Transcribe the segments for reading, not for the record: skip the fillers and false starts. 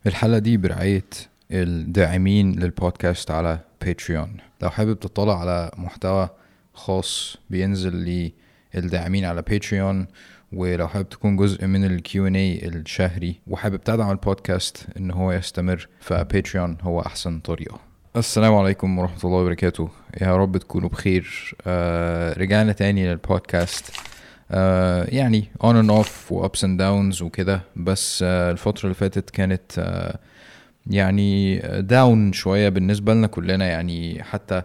الحلقة دي برعاية الداعمين للبودكاست على باتريون. لو حابب تطلع على محتوى خاص بينزل للداعمين على باتريون، ولو حابب تكون جزء من ال Q&A الشهري وحابب تدعم البودكاست ان هو يستمر، فباتريون هو احسن طريقة. السلام عليكم ورحمة الله وبركاته، يا رب تكونوا بخير. رجعنا تاني للبودكاست. يعني on and off و ups and downs وكده، بس الفترة اللي فاتت كانت يعني down شوية بالنسبة لنا كلنا. يعني حتى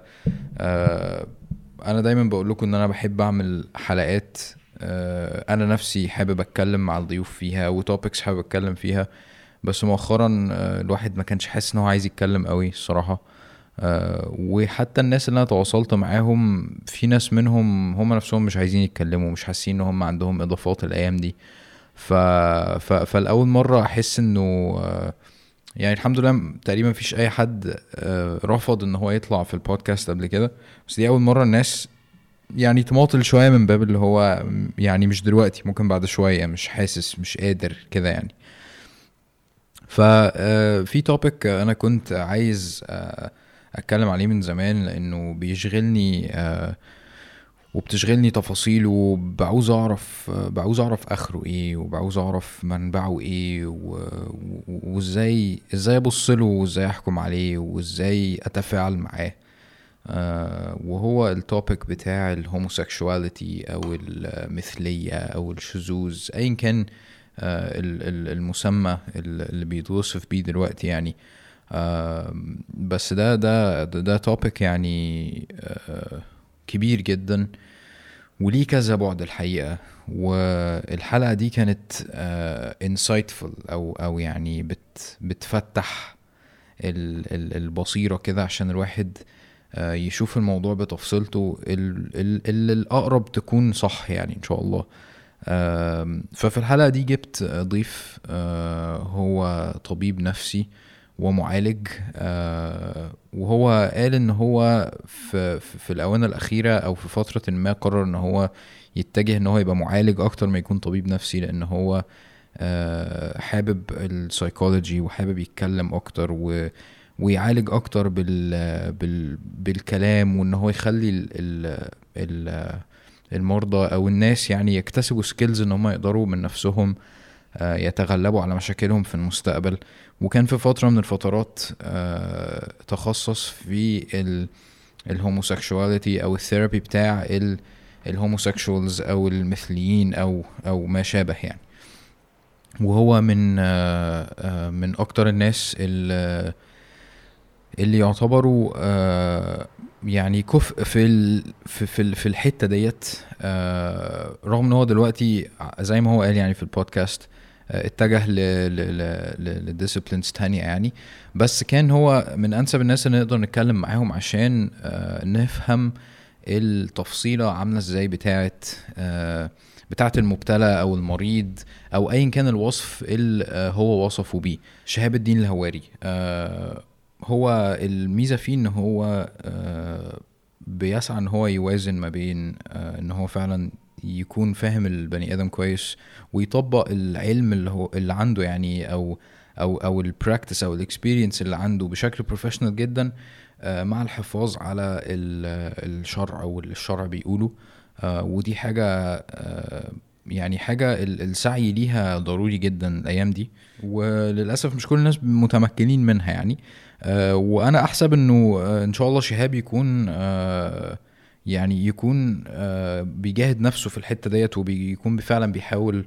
أنا دايما بقول لكم إن أنا بحب أعمل حلقات أنا نفسي حابب أتكلم مع الضيوف فيها وتوبكس حابب أتكلم فيها، بس مؤخرا الواحد ما كانش حاسس إنه عايز يتكلم قوي الصراحة. وحتى الناس اللي انا تواصلت معاهم، في ناس منهم هم نفسهم مش عايزين يتكلموا، مش حاسين ان هم عندهم اضافات الايام دي. فالاول مره احس انه يعني الحمد لله تقريبا مفيش اي حد رفض ان هو يطلع في البودكاست قبل كده، بس دي اول مره الناس يعني تماطل شويه من باب اللي هو يعني مش دلوقتي، ممكن بعد شويه، مش حاسس مش قادر كده يعني. ففي توبيك انا كنت عايز اتكلم عليه من زمان، لانه بيشغلني وبتشغلني تفاصيله، بعوز اعرف اخره ايه، وبعوز اعرف منبعه ايه، وازاي ابص له، وازاي احكم عليه، وازاي اتفاعل معاه. وهو التوبيك بتاع الهوموسيكشواليتي او المثلية او الشذوذ، ايا كان المسمى اللي بيتوصف بيه دلوقتي يعني. بس ده توبيك يعني كبير جدا، وليه كذا بعد الحقيقة. والحلقة دي كانت insightful او يعني بتفتح البصيرة كده، عشان الواحد يشوف الموضوع بتفصيلته اللي الأقرب تكون صح يعني إن شاء الله. ففي الحلقة دي جبت ضيف هو طبيب نفسي ومعالج، وهو قال ان هو في الآونة الأخيرة أو في فترة ما قرر ان هو يتجه ان هو يبقى معالج أكتر ما يكون طبيب نفسي، لأن هو حابب السايكولوجي وحابب يتكلم أكتر ويعالج أكتر بالكلام، وان هو يخلي المرضى او الناس يعني يكتسبوا سكيلز ان هم يقدروا من نفسهم يتغلبوا على مشاكلهم في المستقبل. وكان في فترة من الفترات تخصص في الهوموسيكشواليتي او الثيرابي بتاع الهوموسيكشوالز او المثليين او ما شابه يعني. وهو من اكتر الناس اللي يعتبروا يعني كفء في الحته ديت، رغم ان هو دلوقتي زي ما هو قال يعني في البودكاست اتجه لديسيبلينز تانية يعني. بس كان هو من انسب الناس اللي نقدر نتكلم معاهم عشان نفهم التفصيلة عاملة ازاي بتاعت المبتلى او المريض او ايا كان الوصف اللي هو وصفه بيه. شهاب الدين الهواري هو الميزة فيه ان هو بيسعى ان هو يوازن ما بين ان هو فعلا يكون فاهم البني ادم كويس، ويطبق العلم اللي عنده يعني او البراكتس او الاكسبيرينس اللي عنده بشكل بروفيشنال جدا، مع الحفاظ على الشرع او الشرع بيقوله. ودي حاجة يعني حاجة السعي ليها ضروري جدا الايام دي، وللأسف مش كل الناس متمكنين منها يعني. وانا احسب انه ان شاء الله شهاب يكون يعني يكون بيجاهد نفسه في الحتة ديت، وبيكون فعلا بيحاول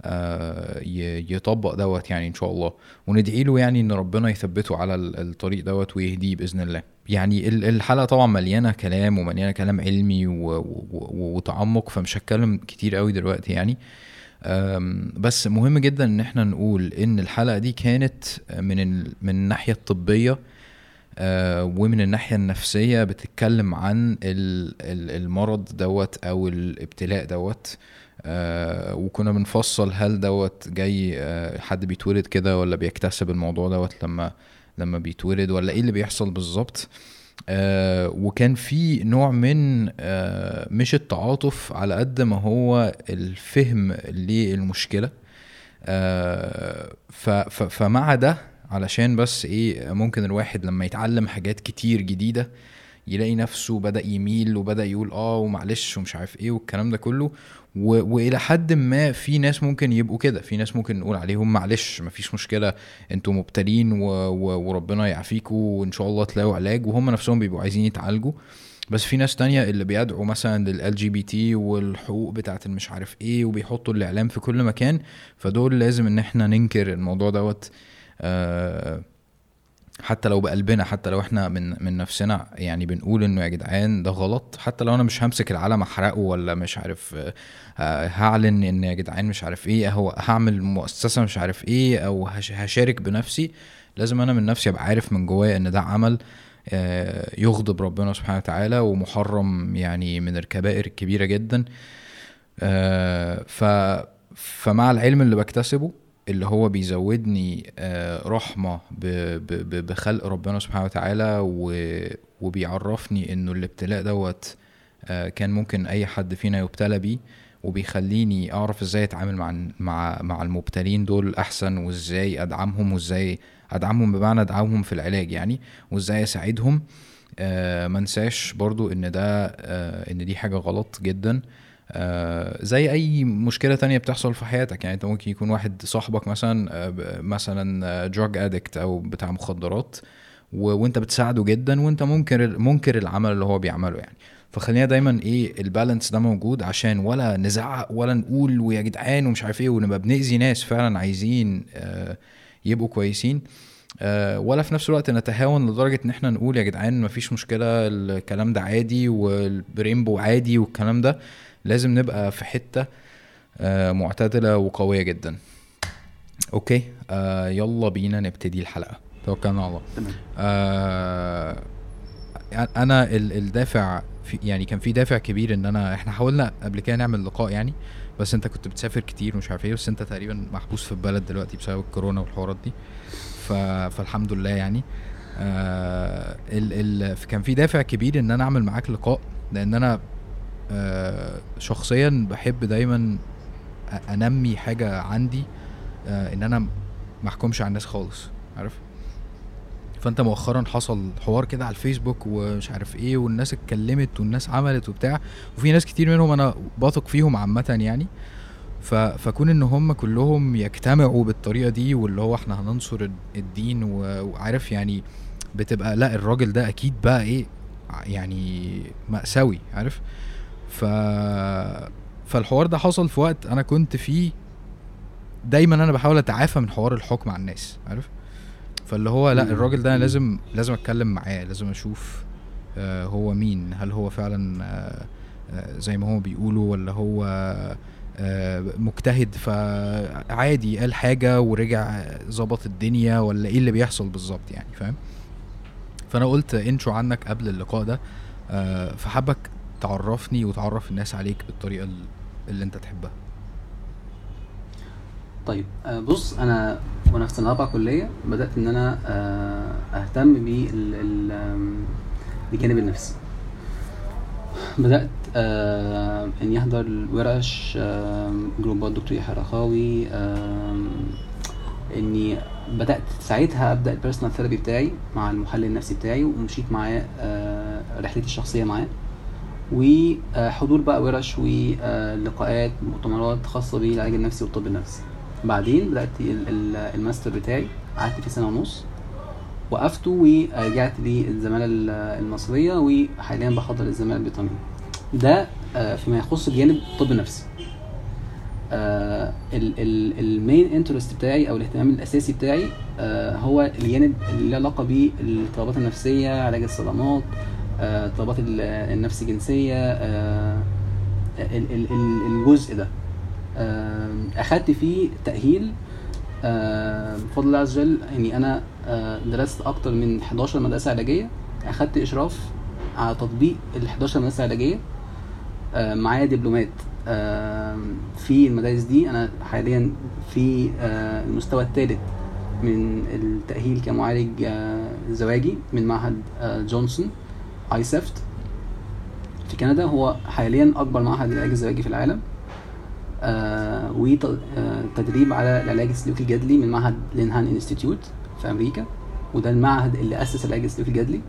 يطبق دوت يعني ان شاء الله. وندعي له يعني ان ربنا يثبته على الطريق دوت ويهديه باذن الله. يعني الحلقة طبعا مليانة كلام ومليانة كلام علمي وتعمق، فمش هتكلم كتير قوي دلوقتي يعني. بس مهم جدا ان احنا نقول ان الحلقة دي كانت من الناحية الطبية ومن الناحية النفسية، بتتكلم عن المرض دوت او الابتلاء دوت. وكنا بنفصل هل دوت جاي حد بيتولد كده، ولا بيكتسب الموضوع دوت لما بيتولد، ولا ايه اللي بيحصل بالظبط. وكان في نوع من مش التعاطف على قد ما هو الفهم للمشكلة. فمع ده علشان بس ايه، ممكن الواحد لما يتعلم حاجات كتير جديدة يلاقي نفسه بدأ يميل وبدأ يقول ومعلش ومش عارف ايه والكلام ده كله. والى حد ما في ناس ممكن يبقوا كده، في ناس ممكن نقول عليهم معلش مفيش مشكلة، انتوا مبتلين وربنا يعافيكوا وان شاء الله تلاقوا علاج، وهم نفسهم بيبقوا عايزين يتعالجوا. بس في ناس تانية اللي بيدعوا مثلا لل LGBT والحقوق بتاعت المش عارف ايه، وبيحطوا الاعلام في كل مكان، فدول لازم ان احنا ننكر الموضوع دوت. حتى لو بقلبنا، حتى لو احنا من نفسنا يعني بنقول انه يا جدعان ده غلط، حتى لو انا مش همسك العلم احرقه ولا مش عارف هعلن ان يا جدعان مش عارف ايه، هو هعمل مؤسسة مش عارف ايه او هشارك بنفسي، لازم انا من نفسي ابقى عارف من جوايا ان ده عمل يغضب ربنا سبحانه وتعالى ومحرم يعني من الكبائر الكبيرة جدا. فمع العلم اللي بكتسبه اللي هو بيزودني رحمة بخلق ربنا سبحانه وتعالى، وبيعرفني انه الابتلاء دوت كان ممكن اي حد فينا يبتلى بيه، وبيخليني اعرف ازاي اتعامل مع المبتلين دول احسن، وازاي ادعمهم، وازاي ادعمهم بمعنى ادعمهم في العلاج يعني، وازاي اساعدهم. منساش برضو ان ده ان دي حاجة غلط جدا. زي اي مشكلة تانية بتحصل في حياتك، يعني انت ممكن يكون واحد صاحبك مثلا دراج ادكت او بتاع مخدرات، وانت بتساعده جدا، وانت منكر العمل اللي هو بيعمله يعني. فخلينا دايما ايه البالانس ده موجود، عشان ولا نزعق ولا نقول ويا جدعان ومش عارف ايه ونبقى بنأذي ناس فعلا عايزين يبقوا كويسين، ولا في نفس الوقت نتهاون لدرجة ان احنا نقول يا جدعان مفيش مشكلة الكلام ده عادي والبريمبو عادي والكلام ده. لازم نبقى في حتة معتدلة وقوية جدا. اوكي، يلا بينا نبتدي الحلقة، توكلنا على الله. انا الدافع يعني كان في دافع كبير ان احنا حاولنا قبل كده نعمل لقاء يعني، بس انت كنت بتسافر كتير ومش عارف ايه، بس انت تقريبا محبوس في البلد دلوقتي بسبب الكورونا والحوارات دي، فالحمد لله يعني. كان في دافع كبير ان انا اعمل معاك لقاء، لان انا شخصيا بحب دايما انمي حاجة عندي، ان انا محكمش على الناس خالص، عارف. فانت مؤخرا حصل حوار كده على الفيسبوك ومش عارف ايه، والناس اتكلمت والناس عملت وبتاع، وفي ناس كتير منهم انا باثق فيهم عامة يعني، فكون ان هم كلهم يجتمعوا بالطريقة دي، واللي هو احنا هننصر الدين وعارف يعني، بتبقى لا الراجل ده اكيد بقى ايه يعني مأساوي، عارف. فالحوار ده حصل في وقت انا كنت فيه دايما انا بحاول اتعافى من حوار الحكم على الناس، عارف. فاللي هو لا الراجل ده أنا لازم اتكلم معاه، لازم اشوف هو مين، هل هو فعلا زي ما هو بيقولوا، ولا هو مجتهد فعادي قال حاجة ورجع ظبط الدنيا، ولا ايه اللي بيحصل بالظبط يعني، فاهم. فانا قلت انترو عنك قبل اللقاء ده، فحبك تعرفني وتعرف الناس عليك بالطريقة اللي انت تحبها. طيب بص، انا وانا في سنه 4 كليه بدات ان انا اهتم بالجانب النفسي. بدات اني احضر ورش جروبات دكتور يحيى رخاوي، اني بدات ساعتها ابدا البيرسونال ثيرابي بتاعي مع المحلل النفسي بتاعي، ومشيت معاه رحلتي الشخصيه معاه، وحضور بقى ورش ولقاءات مؤتمرات خاصه بالعلاج النفسي والطب النفسي. بعدين بدات الماستر بتاعي، قعدت فيه 1.5 سنة، وقفته ورجعت للزماله المصريه، وحاليا بحضر الزماله البريطانيه. ده فيما يخص الجانب الطب النفسي. المين انترست بتاعي او الاهتمام الاساسي بتاعي هو الجانب اللي له علاقه بالاضطرابات النفسيه، علاج الصدمات، اضطرابات النفس الجنسيه، الجزء ده اخدت فيه تأهيل بفضل الله عز وجل. يعني انا درست اكتر من 11 مدرسة علاجية، اخدت اشراف على تطبيق ال11 مدرسة علاجية، معايا دبلومات في المدارس دي. انا حاليا في المستوى الثالث من التأهيل كمعالج زواجي من معهد جونسون ايسفت في كندا، هو حاليا اكبر معهد للعلاج الزواجي في العالم. وتدريب على العلاج السلوكي الجدلي من معهد لينهان انستيتيوت في امريكا، وده المعهد اللي اسس العلاج السلوكي الجدلي.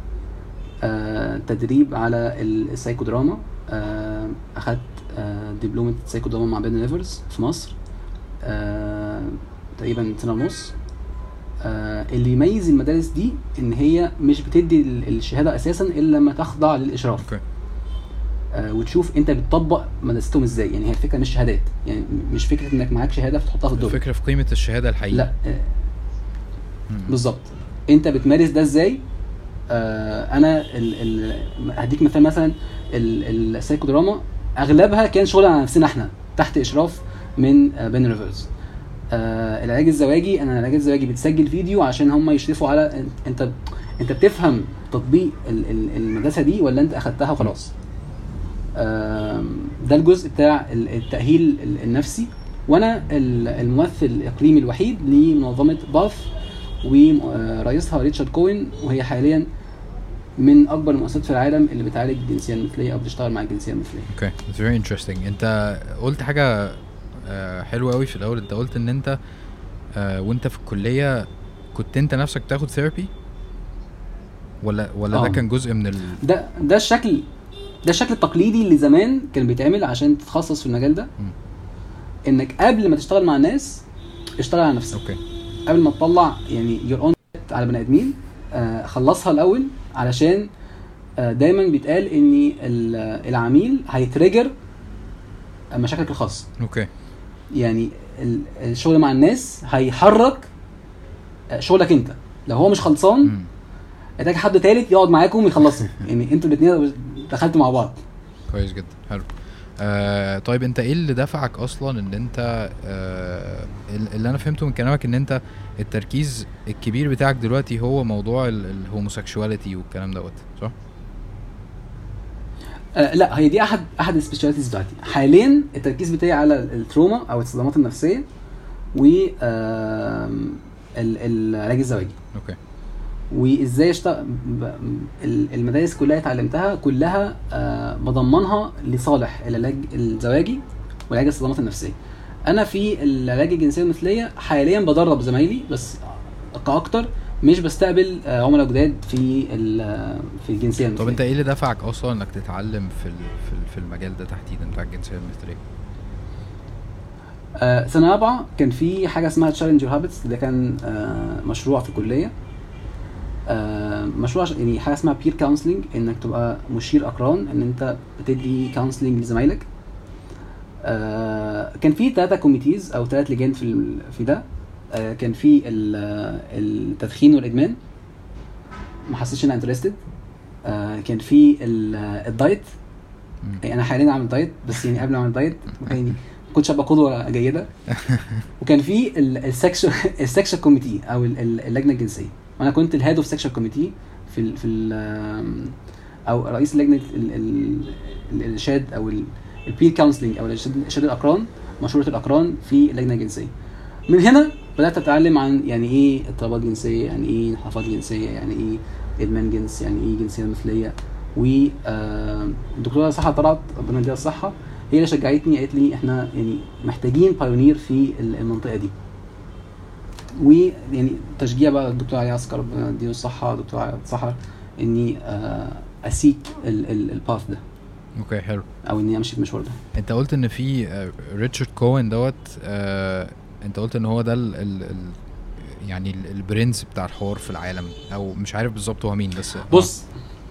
تدريب على السايكودراما، اخدت دبلومة سايكودراما مع بين ريفرز في مصر تقريبا سنة ونص. اللي يميز المدارس دي ان هي مش بتدي الشهادة اساسا الا لما تخضع للاشراف. وتشوف انت بتطبق مدرستهم ازاي. يعني هي الفكره مش شهادات، يعني مش فكره انك معاك شهاده فتحطها في الدرج. الفكره في قيمه الشهاده الحقيقيه. لا بالظبط، انت بتمارس ده ازاي. انا هديك مثلا السايكودراما اغلبها كان شغل على نفسنا احنا تحت اشراف من بين ريفرز. العلاج الزواجي، انا العلاج الزواجي بتسجل فيديو عشان هم يشرفوا على انت بتفهم تطبيق المدرسه دي ولا انت اخدتها وخلاص. ده الجزء بتاع التأهيل النفسي. وانا الممثل الاقليمي الوحيد لمنظمة باث ورئيسها ريتشارد كوين، وهي حاليا من اكبر المؤسسات في العالم اللي بتعالج الجنسية المثلية او بتشتغل مع الجنسية المثلية. اوكي، it's very interesting. انت قلت حاجة حلوة قوي في الاول. انت قلت ان انت وانت في الكلية كنت انت نفسك بتاخد ثيرابي ولا ده كان جزء من ده الشكل التقليدي اللي زمان كان بيتعمل عشان تتخصص في المجال ده. انك قبل ما تشتغل مع الناس اشتغل على نفسك. اوكي. قبل ما تطلع يعني your own على بني ادمين خلصها الاول، علشان دايما بيتقال ان العميل هيتريجر مشاكلك الخاصه. اوكي. يعني الشغل مع الناس هيحرك شغلك انت. لو هو مش خلصان محتاج حد ثالث يقعد معاكم يخلصه. يعني انتوا الاثنين دخلتوا مع بعض. كويس جدا، حلو. طيب انت ايه اللي دفعك اصلا ان انت اللي انا فهمته من كلامك ان انت التركيز الكبير بتاعك دلوقتي هو موضوع الهوموسيكشواليتي والكلام دوت، صح؟ لا، هي دي احد السبيشاليتيز بتاعتي. حاليا التركيز بتاعي على التروما او الصدمات النفسيه و العلاج الزواجي. اوكي. وازاي المدارس كلها اتعلمتها كلها بضمنها لصالح العلاج الزواجي وعلاج الصدمات النفسيه. انا في العلاج الجنسيه المثليه حاليا بدرب زمايلي بس كاكتر، مش بستقبل عملاء جداد في الجنسيه المثليه. طب انت ايه اللي دفعك اصلا انك تتعلم في المجال ده تحديدا بتاع الجنسيه المثليه؟ سنه رابعه كان في حاجه اسمها تشالنج يور هابتس. ده كان مشروع في الكليه، مشروع يعني حاجه اسمها بير كونسلنج، انك تبقى مشير اقران، ان انت بتدي كونسلنج لزمايلك. كان في 3 كوميتيز او 3 لجان في ده. كان في التدخين والادمان، ما حسيتش ان انا انترستد. كان في الدايت، يعني انا حاليا عامل دايت بس يعني قبل ما اعمل دايت يعني كنتش ابقى قدوه جيده. وكان في السكشوال كوميتي او اللجنه الجنسيه، وانا كنت الهيد اوف سكشوال كوميتي في او رئيس لجنه الارشاد او البير كونسلنج او ارشاد الاقران، مشوره الاقران في اللجنه الجنسيه. من هنا بدات اتعلم عن يعني ايه اضطرابات جنسيه، يعني ايه انحرافات جنسيه، يعني ايه ادمان جنس، يعني ايه جنسيه مثليه. والدكتوره صحه طلعت ربنا يديها الصحه هي اللي شجعتني، قالت لي احنا يعني محتاجين بايونير في المنطقه دي. ويعني تشجيع بقى الدكتور علي عسكر ربنا يديله الصحه، دكتور علي صحه، اني اسيك الباث ده. اوكي، حلو. او اني امشي المشوار ده. انت قلت ان في ريتشارد كوين دوت، انت قلت ان هو ده يعني البرنس بتاع الحوار في العالم، او مش عارف بالظبط هو مين بس. بص،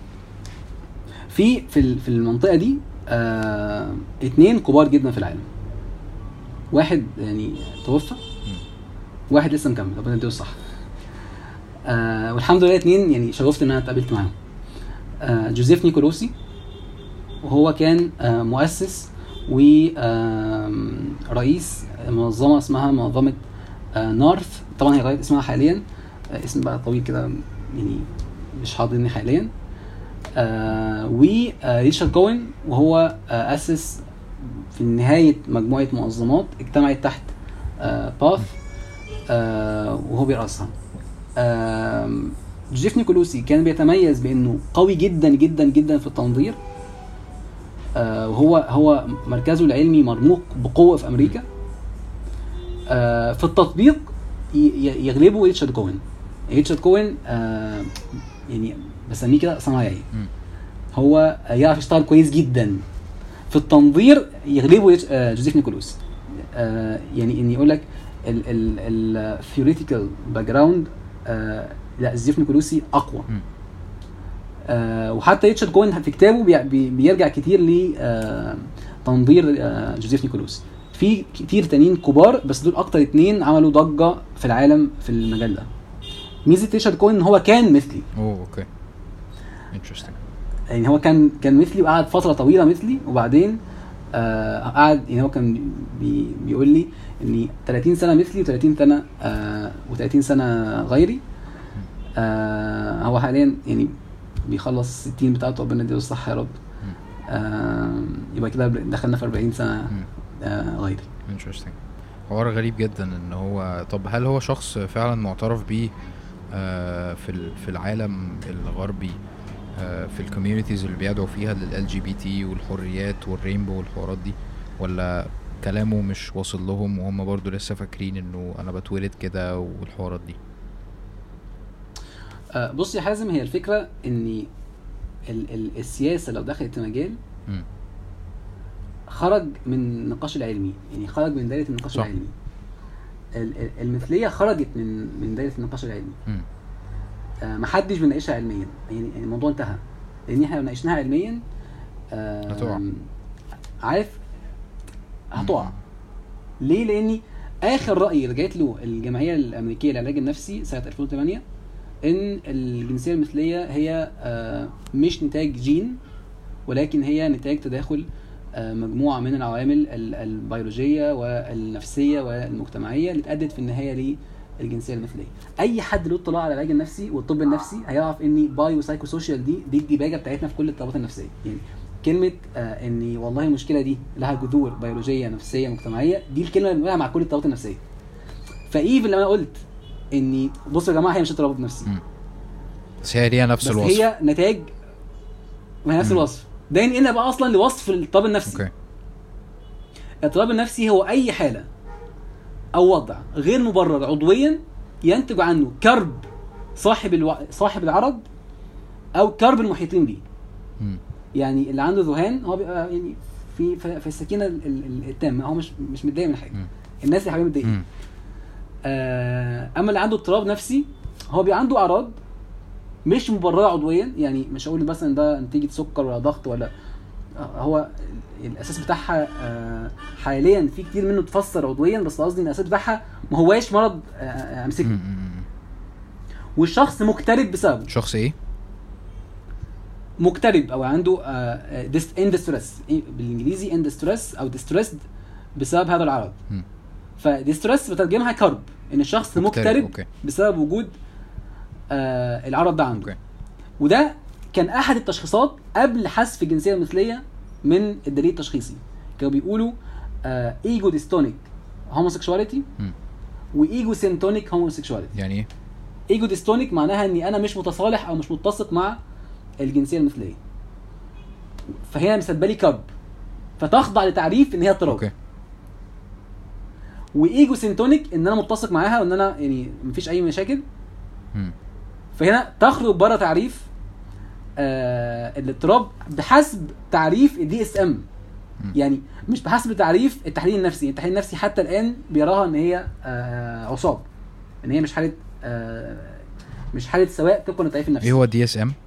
في المنطقه دي 2 كبار جدا في العالم. واحد يعني توفى، واحد لسه مكمل ربنا يديله الصحه. والحمد لله 2 يعني شرفت ان انا اتقابلت معاهم. جوزيف نيكولوسي، وهو كان مؤسس ورئيس منظمه اسمها منظمه نارث. طبعا هي غيرت اسمها حاليا، اسم بقى طويل كده يعني مش حاضرني حاليا. وريتشارد كوين، وهو اسس في نهايه مجموعه منظمات اجتمعت تحت باث وهو بيرأسها. جوزيف نيكولوسي كان بيتميز بانه قوي جدا جدا جدا في التنظير، وهو مركزه العلمي مرموق بقوه في امريكا. في التطبيق يغلبه ريتشارد كوين. ريتشارد كوين يعني بسميه كده صنايعي. هو يعرف يشتغل كويس جدا في التنظير، يغلبه جوزيف نيكولاس. يعني ان يقول لك الثيوريتيكال باك جراوند لا جوزيف نيكولاسي اقوى. وحتى ريتشارد كوين في كتابه بيرجع كتير لتنظير جوزيف نيكولاس. في كتير تانيين كبار بس دول اكتر اتنين عملوا ضجة في العالم في المجال ده. ميزة ريتشارد كوين ان هو كان مثلي. اوكي انترستنج. يعني هو كان مثلي وقعد فترة طويلة مثلي، وبعدين قعد يعني هو كان بيقول لي اني 30 سنة مثلي و30 سنة و30 سنة غيري. هو حاليا يعني بيخلص 60 بتاعته، ربنا يديله الصحة يا رب. يبقى كده دخلنا في 40 سنة غيري. انترستنج. حوار غريب جدا ان هو، طب هل هو شخص فعلا معترف بيه في العالم الغربي، في الكوميونيتيز اللي بيدعوا فيها لل LGBT والحريات والرينبو والحوارات دي، ولا كلامه مش واصل لهم وهم برضو لسه فاكرين انه انا بتولد كده والحوارات دي؟ بص يا حازم، هي الفكرة ان السياسة لو دخلت مجال خرج من النقاش العلمي، يعني خرج من دائرة النقاش العلمي. المثلية خرجت من دائرة النقاش العلمي. محدش بيناقشها علميا، يعني الموضوع انتهى، لان احنا لو ناقشناها علميا هتقع. عارف هتقع ليه؟ لاني اخر رأي رجعت له الجمعية الامريكية للعلاج النفسي سنة 2008 ان الجنسية المثلية هي مش نتاج جين، ولكن هي نتاج تداخل مجموعة من العوامل البيولوجية والنفسية والمجتمعية اللي ادت في النهاية للجنسية المثلية. اي حد له اطلاع على العلاج النفسي والطب النفسي هيعرف ان بايو سايكو سوشيال دي الديباجة بتاعتنا في كل الاضطرابات النفسية. يعني كلمة ان والله المشكلة دي لها جذور بيولوجية نفسية مجتمعية، دي الكلمة اللي بنقولها مع كل الاضطرابات النفسية. فايفن لما انا قلت اني بصوا يا جماعة هي مش اضطراب نفسي، بس هي ليها نفس الوصف، هي نتاج ما نفس الوصف. ده ينقلنا بقى اصلا لوصف الاضطراب النفسي. الاضطراب النفسي هو اي حالة او وضع غير مبرر عضويا ينتج عنه كرب صاحب العرض او كرب المحيطين به. يعني اللي عنده ذهان هو بيبقى يعني في السكينة التامة، هو مش متضايق من حاجة. الناس اللي حواليه متضايقين. اما اللي عنده اضطراب نفسي هو بيبقى عنده اعراض مش مبررة عضويا، يعني مش هقول مثلا ده نتيجة سكر ولا ضغط ولا، هو الاساس بتاعها حاليا في كتير منه تفسر عضويا، بس قصدي ان الاساس بتاعها ما هواش مرض امسكي. والشخص مكترب بسببه. شخص ايه؟ مكترب او عنده in distress بالانجليزي in distress او distressed بسبب هذا العرض. فديستريس بترجمها كرب، ان الشخص مكترب بسبب وجود العرض ده عنده. وده كان احد التشخيصات قبل حذف الجنسيه المثليه من الدليل التشخيصي. كانوا بيقولوا ايجو ديستونيك هوموسيكشواليتي وايجو سينتونيك هوموسيكشواليتي. يعني ايه ايجو ديستونيك؟ معناها اني انا مش متصالح او مش متسق مع الجنسيه المثليه، فهي مسببه لي كرب فتخضع لتعريف ان هي اضطراب. وايجو سينتونيك ان انا متسق معاها وان انا يعني مفيش اي مشاكل. فهنا تخرج بره تعريف الاضطراب بحسب تعريف الدي اس ام، يعني مش بحسب تعريف التحليل النفسي. التحليل النفسي حتى الان بيراها ان هي عصاب، ان هي مش حاله سواء طبقا للتعريف النفسي. ايه هو الدي اس ام؟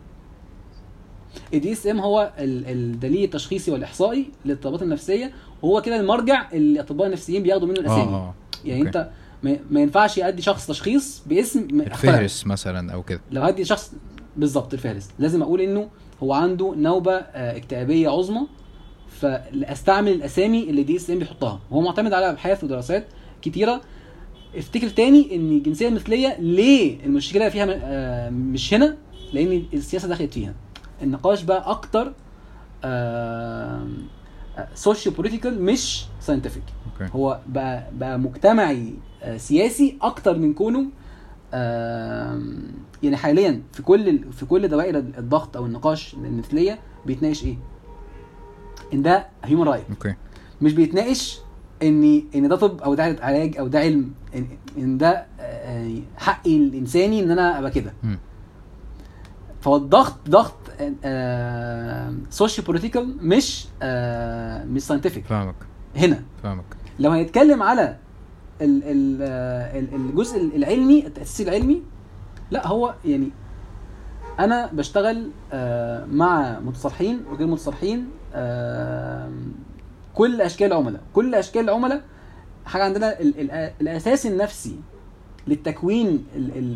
الدي اس ام هو الدليل التشخيصي والاحصائي للاضطرابات النفسيه، وهو كده المرجع اللي الاطباء النفسيين بياخدوا منه الاسامي. يعني انت ما ينفعش يدي شخص تشخيص باسم الفهرس مثلا او كده. لو هدي شخص بالظبط الفهرس لازم اقول انه هو عنده نوبه اكتئابيه عظمى، فاستعمل الاسامي اللي دي اس ام بيحطها. وهو معتمد على ابحاث ودراسات كتيره. افتكر تاني ان الجنسيه المثليه ليه المشكله فيها مش هنا، لان السياسه دخلت فيها. النقاش بقى اكتر سوشيو بوليتيكال مش ساينتفك. هو بقى مجتمعي سياسي اكتر من كونه يعني حاليا في كل دوائر الضغط او النقاش المثليه بيتناقش ايه؟ ان ده هيومن رايت. مش بيتناقش ان ده طب او ده علاج او ده علم، ان ده يعني حقي الانساني ان انا ابقى كده. مم. فهو ضغط سوشيو بوليتيكال مش ساينتفك. فاهمك هنا فاهمك. لو هنتكلم على الجزء العلمي التأسيس العلمي، لا هو يعني انا بشتغل مع متصالحين وغير متصالحين، كل اشكال العملاء حاجه عندنا. الاساس النفسي للتكوين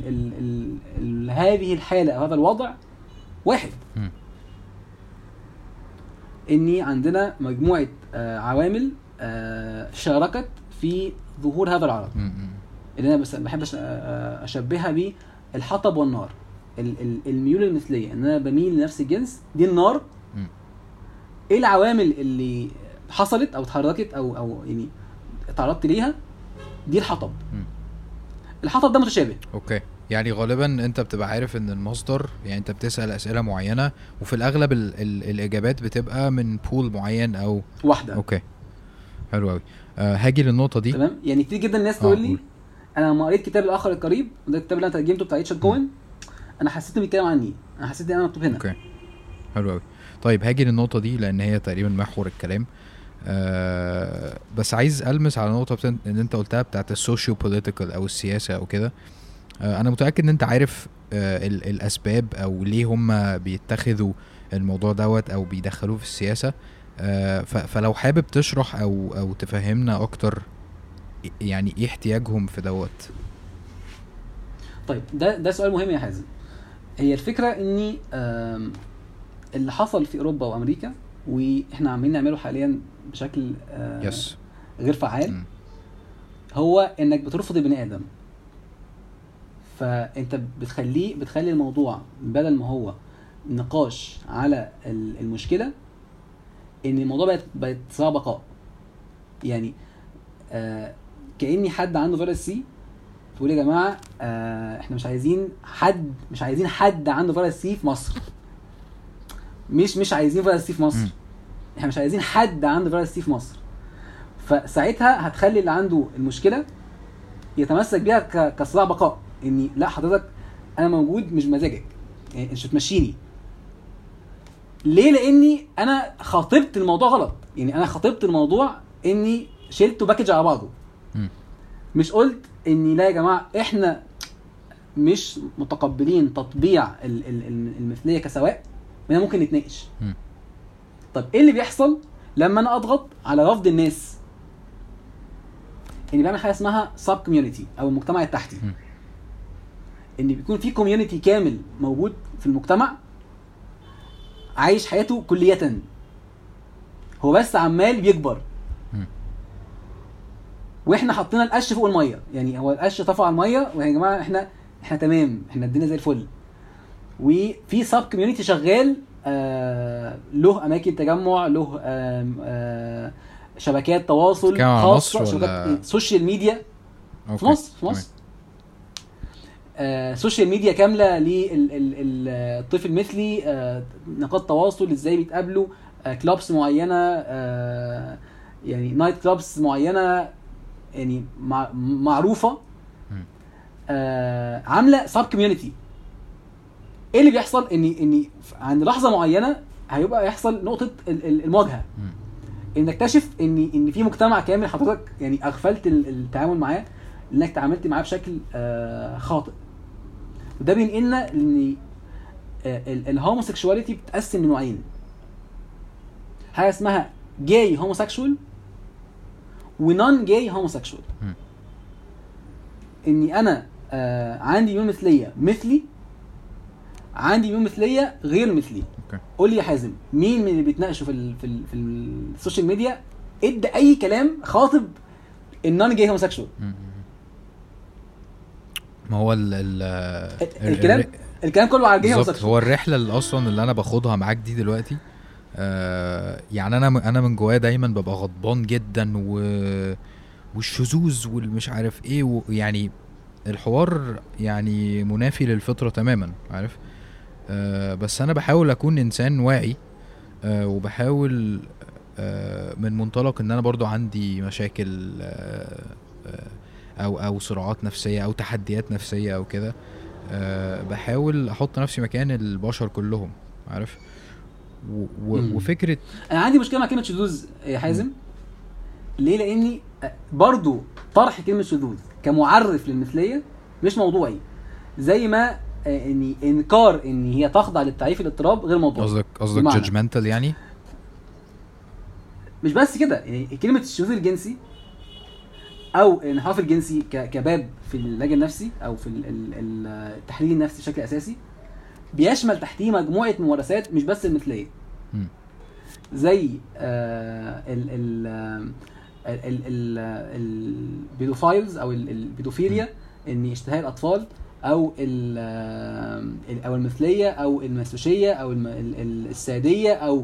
هذه الحاله او هذا الوضع واحد، اني عندنا مجموعه عوامل شاركت في ظهور هذا العرض اللي انا بس بحب اشبهها بالحطب والنار. الميول المثليه، ان انا بميل لنفس الجنس، دي النار. ايه العوامل اللي حصلت او اتحركت او يعني اتعرضت ليها؟ دي الحطب. الحطب ده متشابه. اوكي، يعني غالبا انت بتبقى عارف ان المصدر، يعني انت بتسأل اسئله معينه وفي الاغلب الاجابات بتبقى من بول معين او واحده. اوكي حلو قوي. هاجي للنقطه دي. تمام. يعني كتير جدا الناس تقول لي انا لما قريت كتاب الاخر القريب، وده الكتاب اللي انا ترجمته بتاع ريتشارد كوين، انا حسيت انه بيتكلم عني، انا حسيت ان انا مكتوب هنا. اوكي حلو قوي. طيب هاجي للنقطه دي لان هي تقريبا محور الكلام. بس عايز المس على نقطه ان انت قلتها بتاعت السوشيو بوليتيكال او السياسه او كده. انا متاكد ان انت عارف الاسباب او ليه هم بيتخذوا الموضوع دوت او بيدخلوه في السياسه. فلو حابب تشرح او تفهمنا اكتر يعني ايه احتياجهم في دوت. طيب ده سؤال مهم يا حازم. هي الفكره اني اللي حصل في اوروبا وامريكا واحنا عاملين نعمله حاليا بشكل غير فعال، هو انك بترفض البني ادم. فانت بتخلي الموضوع بدل ما هو نقاش على المشكله، ان الموضوع بقت صراع بقاء. يعني كأني حد عنده فيروس سي، تقول يا جماعه احنا مش عايزين حد عنده فيروس سي في مصر. مش عايزين فيروس سي في مصر. احنا مش عايزين حد عنده فيروس سي في مصر. فساعتها هتخلي اللي عنده المشكله يتمسك بيها كصراع بقاء، اني لا حضرتك انا موجود مش مزاجك، يعني مش تمشيني. ليه؟ لاني انا خاطبت الموضوع غلط. يعني انا خاطبت الموضوع اني شلته باكج على بعضه. مش قلت اني لا يا جماعه احنا مش متقبلين تطبيع المثليه كسواء، ما ممكن نتناقش. طب ايه اللي بيحصل لما انا اضغط على رفض الناس؟ اني بعمل حاجه اسمها سب كوميونتي او المجتمع التحتي. ان بيكون في كوميونتي كامل موجود في المجتمع عايش حياته كلية، هو بس عمال بيكبر، واحنا حطينا القش فوق الميه. يعني هو القش طفى على الميه، ويا جماعه احنا تمام، احنا الدنيا زي الفل. وفي سب كوميونتي شغال، له اماكن تجمع، له شبكات تواصل خاصه، شبكات سوشيال ميديا في مصر. سوشيال ميديا كامله للطفل المثلي، نقاط تواصل ازاي بيتقابلوا، كلابس معينه، يعني نايت كلابس معينه يعني معروفه، عامله سب كوميونتي. ايه اللي بيحصل؟ اني عند لحظه معينه هيبقى يحصل نقطه المواجهه، ان نكتشف ان في مجتمع كامل حضرتك يعني اغفلت التعامل معاه، لانك تعاملت معاه بشكل خاطئ. وده بينقلنا ان الهوموسيكشواليتي بتتقسم لنوعين: حاجه اسمها جاي هوموسيكشوال ونون جاي هوموسيكشوال. اني انا عندي ميول مثليه مثلي، عندي ميول مثليه غير مثلي. قول لي يا حازم، مين من اللي بيتناقشوا في السوشيال ميديا ادى اي كلام خاطب النون جاي هوموسيكشوال؟ ما هو الكلام كله على الجاي هوموسيكشوال. هو الرحله اللي اصلا اللي انا باخدها معاك دي دلوقتي، يعني انا من جوايا دايما ببقى غضبان جدا والشذوذ والمش عارف ايه، ويعني الحوار يعني منافي للفطره تماما، عارف. بس انا بحاول اكون انسان واعي، وبحاول من منطلق ان انا برضو عندي مشاكل او صراعات نفسيه او تحديات نفسيه او كده، بحاول احط نفسي مكان البشر كلهم، عارف. وفكره انا عندي مشكله مع كلمه شذوذ يا حازم. ليه؟ لاني برضو طرح كلمه شذوذ كمعرف للمثليه مش موضوعي، زي ما اني انكار ان هي تخضع للتعريف الاضطراب غير موضوعي. قصدك جادجمنتال يعني. مش بس كده، يعني كلمه الشذوذ الجنسي او الانحراف الجنسي كباب في العلاج النفسي او في التحليل النفسي بشكل اساسي بيشمل تحتيه مجموعه ممارسات مش بس المثليه، زي البيدوفايلز او البيدوفيليا، ان اشتهاء الاطفال او المثليه او المسوشيه او الساديه او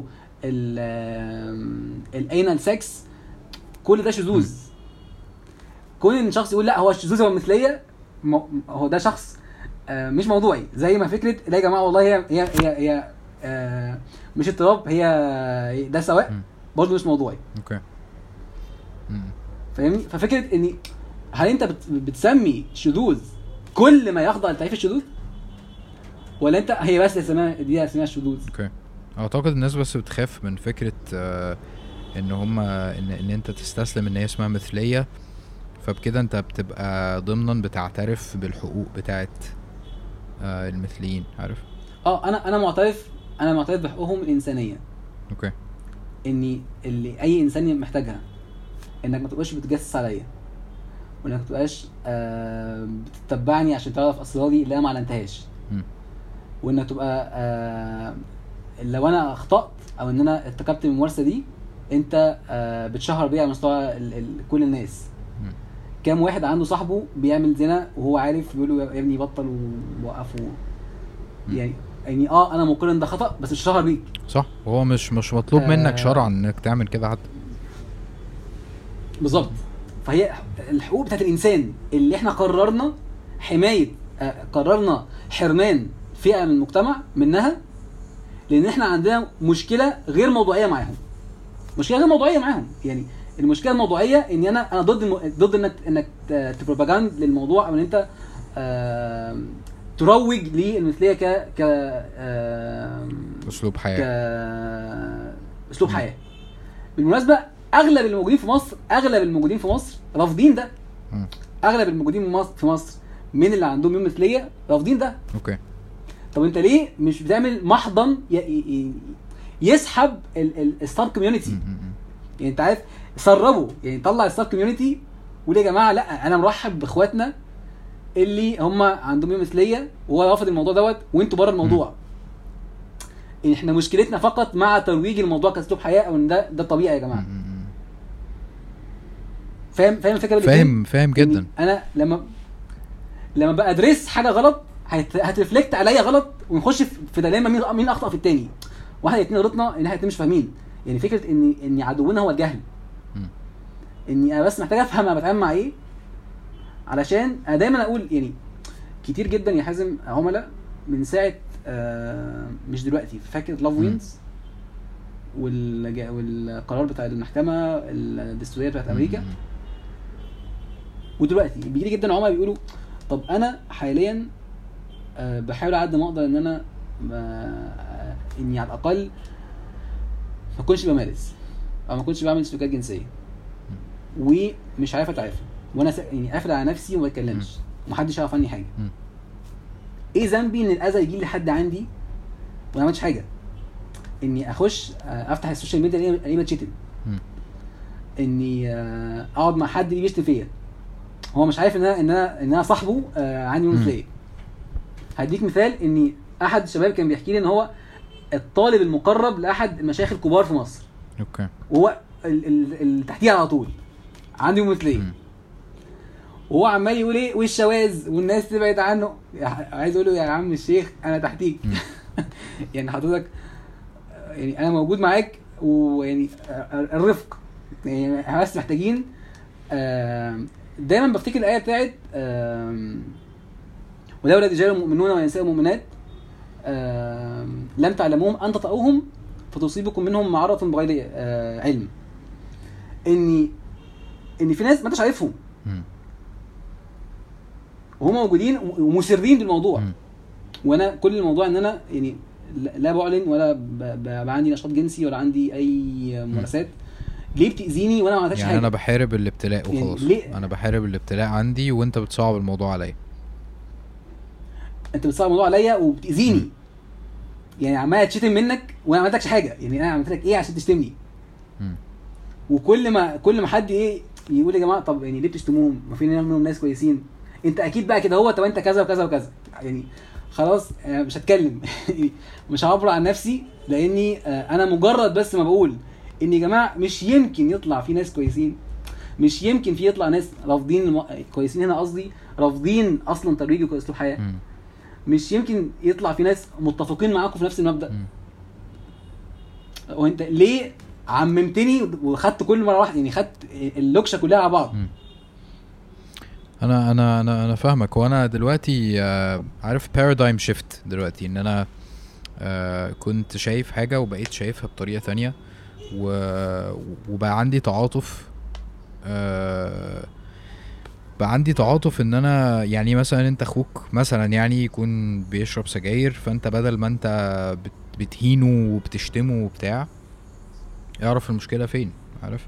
الانال سكس. كل ده شذوذ. كون ان شخص يقول لا هو الشذوذ هو المثليه، هو ده شخص مش موضوعي. زي ما فكره لا يا جماعه والله هي مش اضطراب، هي ده سواء، برضه مش موضوعي. اوكي. فاهمني؟ ففكره ان هل انت بتسمي شذوذ كل ما يخضع لتعريف الشذوذ، ولا انت هي بس اسمها شذوذ؟ اوكي. اعتقد الناس بس بتخاف من فكره ان هما ان انت تستسلم ان هي اسمها مثليه، فبكده انت بتبقى ضمنا بتعترف بالحقوق بتاعت المثليين، عارف. انا معترف بحقوقهم الانسانيه. اوكي. اني اللي اي انسان محتاجها، انك ما تبقاش بتجسس عليا، وانك ما تبقاش بتتبعني عشان تعرف اسراري اللي انا ما علنتهاش، وانك تبقى لو انا اخطأت او ان انا ارتكبت الممارسه دي انت بتشهر بيها على مستوى كل الناس. كام واحد عنده صاحبه بيعمل زنا وهو عارف، بيقول له يا ابني بطل ووقفه. يعني انا مقر ان ده خطأ بس الشهر بيك صح، وهو مش مطلوب منك شرعا انك تعمل كده حتى. بالظبط. فهي الحقوق بتاعت الانسان اللي احنا قررنا حمايه، قررنا حرمان فئه من المجتمع منها، لان احنا عندنا مشكله غير موضوعيه معاهم. يعني المشكله الموضوعيه ان انا ضد انك تبروباجاند للموضوع، او ان انت تروج للمثليه ك اسلوب حياه، اسلوب حياه. بالمناسبه اغلب الموجودين في مصر رافضين ده. اغلب الموجودين في مصر من اللي عندهم مثليه رافضين ده. اوكي. طب انت ليه مش بتعمل محضن يسحب الستار كوميونتي؟ يعني انت عارف سربوا، يعني طلع الستار كوميونتي وقول يا جماعه لا انا مرحب باخواتنا اللي هم عندهم مثليه وهو رافض الموضوع دوت وانتوا بره الموضوع. يعني احنا مشكلتنا فقط مع ترويج الموضوع كاسلوب حياه، او ان ده طبيعي يا جماعه. فاهم الفكره؟ فاهم جدا. انا لما بقى ادرس حاجه غلط هترفلكت عليا غلط، ونخش في دايما مين اخطا في التاني. واحد اتنين غلطنا ان احنا مش فاهمين. يعني فكره ان عدونا هو الجهل. اني انا بس محتاج افهم انا بتعامل مع ايه، علشان انا دايما اقول يعني كتير جدا يا حازم عملاء من ساعه مش دلوقتي، فاكر لاف وينز والقرار بتاع المحكمه الدستوريه بتاعت امريكا، ودلوقتي بيجي جدا عملاء بيقولوا طب انا حاليا بحاول على قد ما اقدر ان انا اني على الاقل ما اكونش بمارس او ما اكونش بعمل سلوكيات جنسيه، ومش عارف اتعافى، وانا يعني قافل على نفسي وما بتكلمش ومحدش يعرف عني حاجه. ايه ذنبي ان الاذى يجي لحد عندي وانا ما عملتش حاجه؟ اني اخش افتح السوشيال ميديا الاقي بتشتم، اني اقعد مع حد بيشتم فيا هو مش عارف ان انا صاحبه عندي مثليه. هديك مثال، اني احد الشباب كان بيحكي لي ان هو الطالب المقرب لاحد المشايخ الكبار في مصر. اوكي. وهو التحتيه على طول عندي مثليه، وهو عمال يقول ايه والشواذ والناس تبعد عنه. عايز اقول له يا عم الشيخ انا تحتيك يعني حضرتك يعني انا موجود معاك، ويعني الرفق يعني بس محتاجين. دايما بفتكر الايه بتاعت ولولا رجال مؤمنون ونساء مؤمنات لم تعلموهم ان تطؤوهم فتصيبكم منهم معرة بغير علم. ان في ناس ما انتش عارفهم، وهم موجودين ومصرين بالموضوع. وانا كل الموضوع ان انا يعني لا بعلن ولا عندي نشاط جنسي ولا عندي اي ممارسات. ليه بتأذيني وانا ما عملتش يعني حاجه؟ انا بحارب الابتلاء وخلاص. يعني انا بحارب الابتلاء عندي وانت بتصعب الموضوع عليا. انت بتصعب الموضوع عليا وبتأذيني. يعني عمال تشتم منك وانا ما عملتش حاجه. يعني انا عملت لك ايه عشان تشتمني؟ وكل ما حد ايه يقول يا جماعه طب يعني ليه بتشتموهم؟ ما في منهم ناس كويسين. انت اكيد بقى كده هو طب انت كذا وكذا وكذا. يعني خلاص مش هتكلم. مش هعبر عن نفسي لاني انا مجرد بس ما بقول ان يا جماعه مش يمكن يطلع في ناس كويسين. مش يمكن في يطلع ناس رافضين كويسين هنا قصدي رافضين اصلا ترويج واسلوب حياه. مش يمكن يطلع في ناس متفقين معاكم في نفس المبدأ. وانت ليه عممتني وخدت كل مره واحده؟ يعني خدت اللوكشه كلها على بعض. انا فاهمك. وانا دلوقتي عارف بارادايم شيفت دلوقتي ان انا كنت شايف حاجه وبقيت شايفها بطريقه تانية وبقى عندي تعاطف. بقى عندي تعاطف ان انا يعني مثلا انت اخوك مثلا يعني يكون بيشرب سجاير فانت بدل ما انت بتهينه وبتشتمه وبتاع اعرف المشكله فين. عارف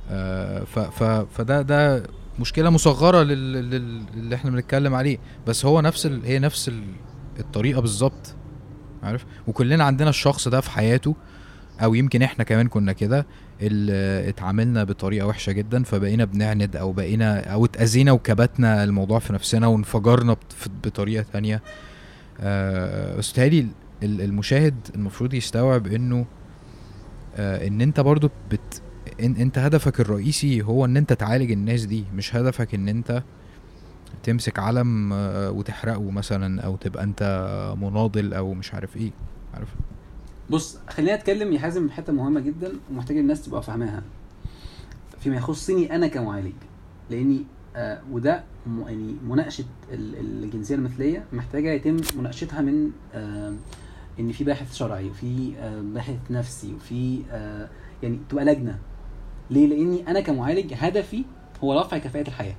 فده مشكله مصغره اللي احنا بنتكلم عليه. بس هو هي نفس الطريقه بالظبط. عارف وكلنا عندنا الشخص ده في حياته او يمكن احنا كمان كنا كده اللي اتعاملنا بطريقه وحشه جدا فبقينا بنعند او بقينا او اتاذينا وكبتنا الموضوع في نفسنا وانفجرنا بطريقه تانية. بس تهيألي المشاهد المفروض يستوعب انه ان انت برضو انت هدفك الرئيسي هو ان انت تعالج الناس دي. مش هدفك ان انت تمسك علم وتحرقه مثلا او تبقى انت مناضل او مش عارف ايه. عارف بص خلينا نتكلم يا حازم بحته مهمه جدا ومحتاج الناس تبقى فاهماها فيما يخصني انا كمعالج. لاني وده يعني مناقشه الجنسيه المثليه محتاجه يتم مناقشتها من ان في باحث شرعي وفي باحث نفسي وفي يعني تبقى لجنه. ليه؟ لاني انا كمعالج هدفي هو رفع كفاءه الحياه.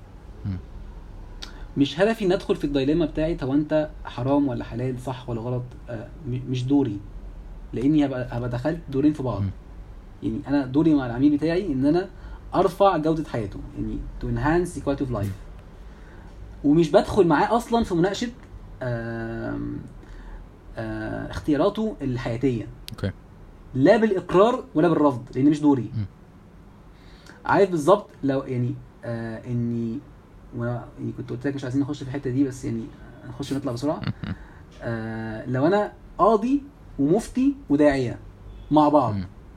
مش هدفي ان ادخل في الدايليما بتاعت هو انت حرام ولا حلال صح ولا غلط. مش دوري. لاني هبقى دخلت دورين في بعض. يعني انا دوري مع العميل بتاعي ان انا ارفع جوده حياته يعني to enhance the quality of life. ومش بدخل معاه اصلا في مناقشه اختياراته الحياتيه. اوكي. لا بالاقرار ولا بالرفض لان مش دوري. عارف بالظبط لو يعني اني وانا يعني كنت قلت لك مش عايزين نخش في الحته دي بس يعني نخش نطلع بسرعه. لو انا قاضي ومفتي وداعيه مع بعض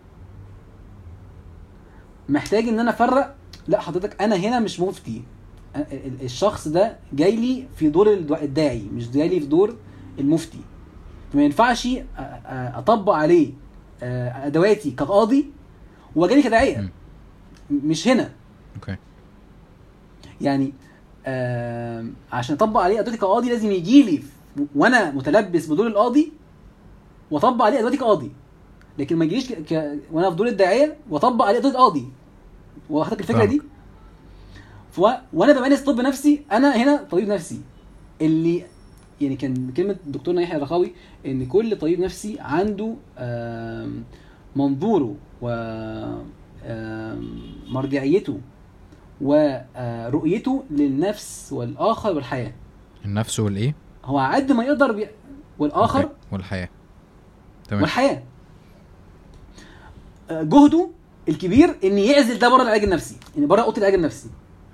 محتاج ان انا افرق. لا حضرتك انا هنا مش مفتي. الشخص ده جاي لي في دور الداعي مش جاي لي في دور المفتي. ما ينفعش اطبق عليه ادواتي كقاضي وجاي لي كداعيه. مش هنا. اوكي. يعني عشان اطبق عليه ادواتي كقاضي لازم يجي لي وانا متلبس بدور القاضي واطبق عليه ادواتي كقاضي. لكن ما يجيش وانا في دور الداعيه واطبق عليه ادوات قاضي. واخدك الفكره دي؟ وانا بمارس طب نفسي انا هنا طبيب نفسي اللي يعني كان كلمه دكتورنا يحيى الرخاوي ان كل طبيب نفسي عنده منظوره ومرجعيته ورؤيته للنفس والاخر والحياه. النفس والايه؟ هو على قد ما يقدر والاخر والحياه. تمام. والحياه جهده الكبير ان يعزل ده بره العلاج النفسي يعني بره اوضه العلاج النفسي.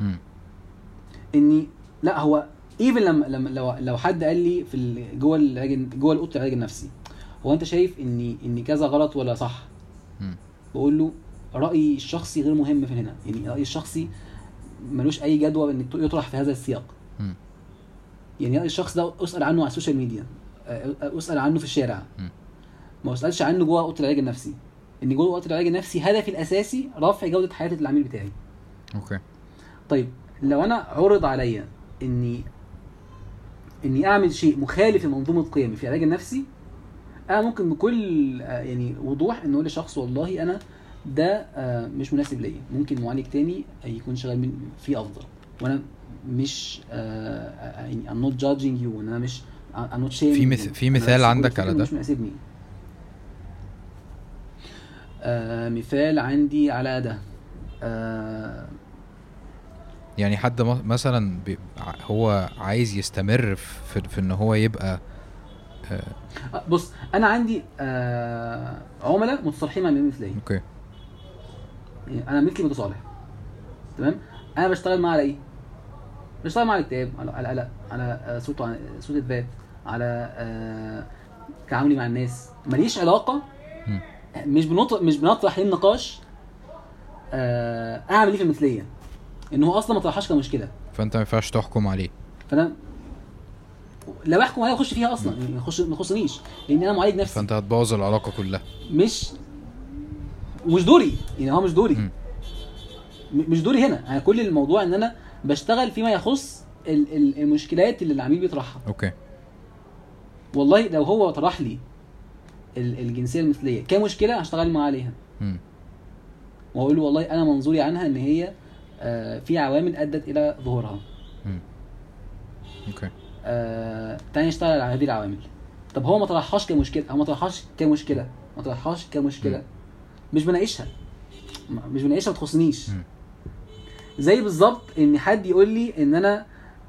اني لا هو ايفن لما لو حد قال لي في جوه اوضه العلاج النفسي هو انت شايف ان كذا غلط ولا صح؟ بقول له رايي الشخصي غير مهم في هنا. يعني رايي الشخصي ملوش اي جدوى ان يطرح في هذا السياق. يعني راي الشخص ده اسال عنه على السوشيال ميديا اسال عنه في الشارع ما اسالش عنه جوه اوضه العلاج النفسي. ان جوه اوضه العلاج النفسي هدفي الاساسي رفع جوده حياه العميل بتاعي. اوكي. طيب لو انا عرض عليا اني اعمل شيء مخالف لمنظومه قيمي في العلاج النفسي انا ممكن بكل يعني وضوح ان اقول لشخص والله انا ده مش مناسب ليا. ممكن معالج تاني يكون شغال فيه افضل وانا مش يعني I'm not judging you، انا مش I'm not shaming في مثال عندك على ده؟ مش مناسبني. مثال عندي على ده يعني حد مثلا هو عايز يستمر في ان هو يبقى بص انا عندي عملاء متصالحين مع مثلي. اوكي يعني انا مثلي متصالح تمام. انا بشتغل معاه على ايه؟ بشتغل معاه على الكتاب، على صوت الذات، على تعاملي مع الناس. ماليش علاقه مش بنطرح النقاش اعمل ايه في المثليه، ان هو اصلا ما طرحهاش كمشكله، فانت ما ينفعش تحكم عليه. فانا لو احكم عليه اخش فيها اصلا، يعني ما يخصنيش لان انا معالج نفسي. فانت هتبوظ العلاقه كلها. مش دوري، يعني هو مش دوري. مش دوري هنا. انا كل الموضوع ان انا بشتغل فيما يخص المشكلات اللي العميل بيطرحها. اوكي والله لو هو طرح لي الجنسيه المثليه كمشكله هشتغل معاه عليها واقول له والله انا منظوري عنها ان هي في عوامل ادت الى ظهورها. اوكي تاني اشتغل على هذه العوامل. طب هو ما طرحهاش كمشكله، هو ما طرحهاش كمشكله، مش بناقشها ما تخصنيش. زي بالظبط ان حد يقول لي ان انا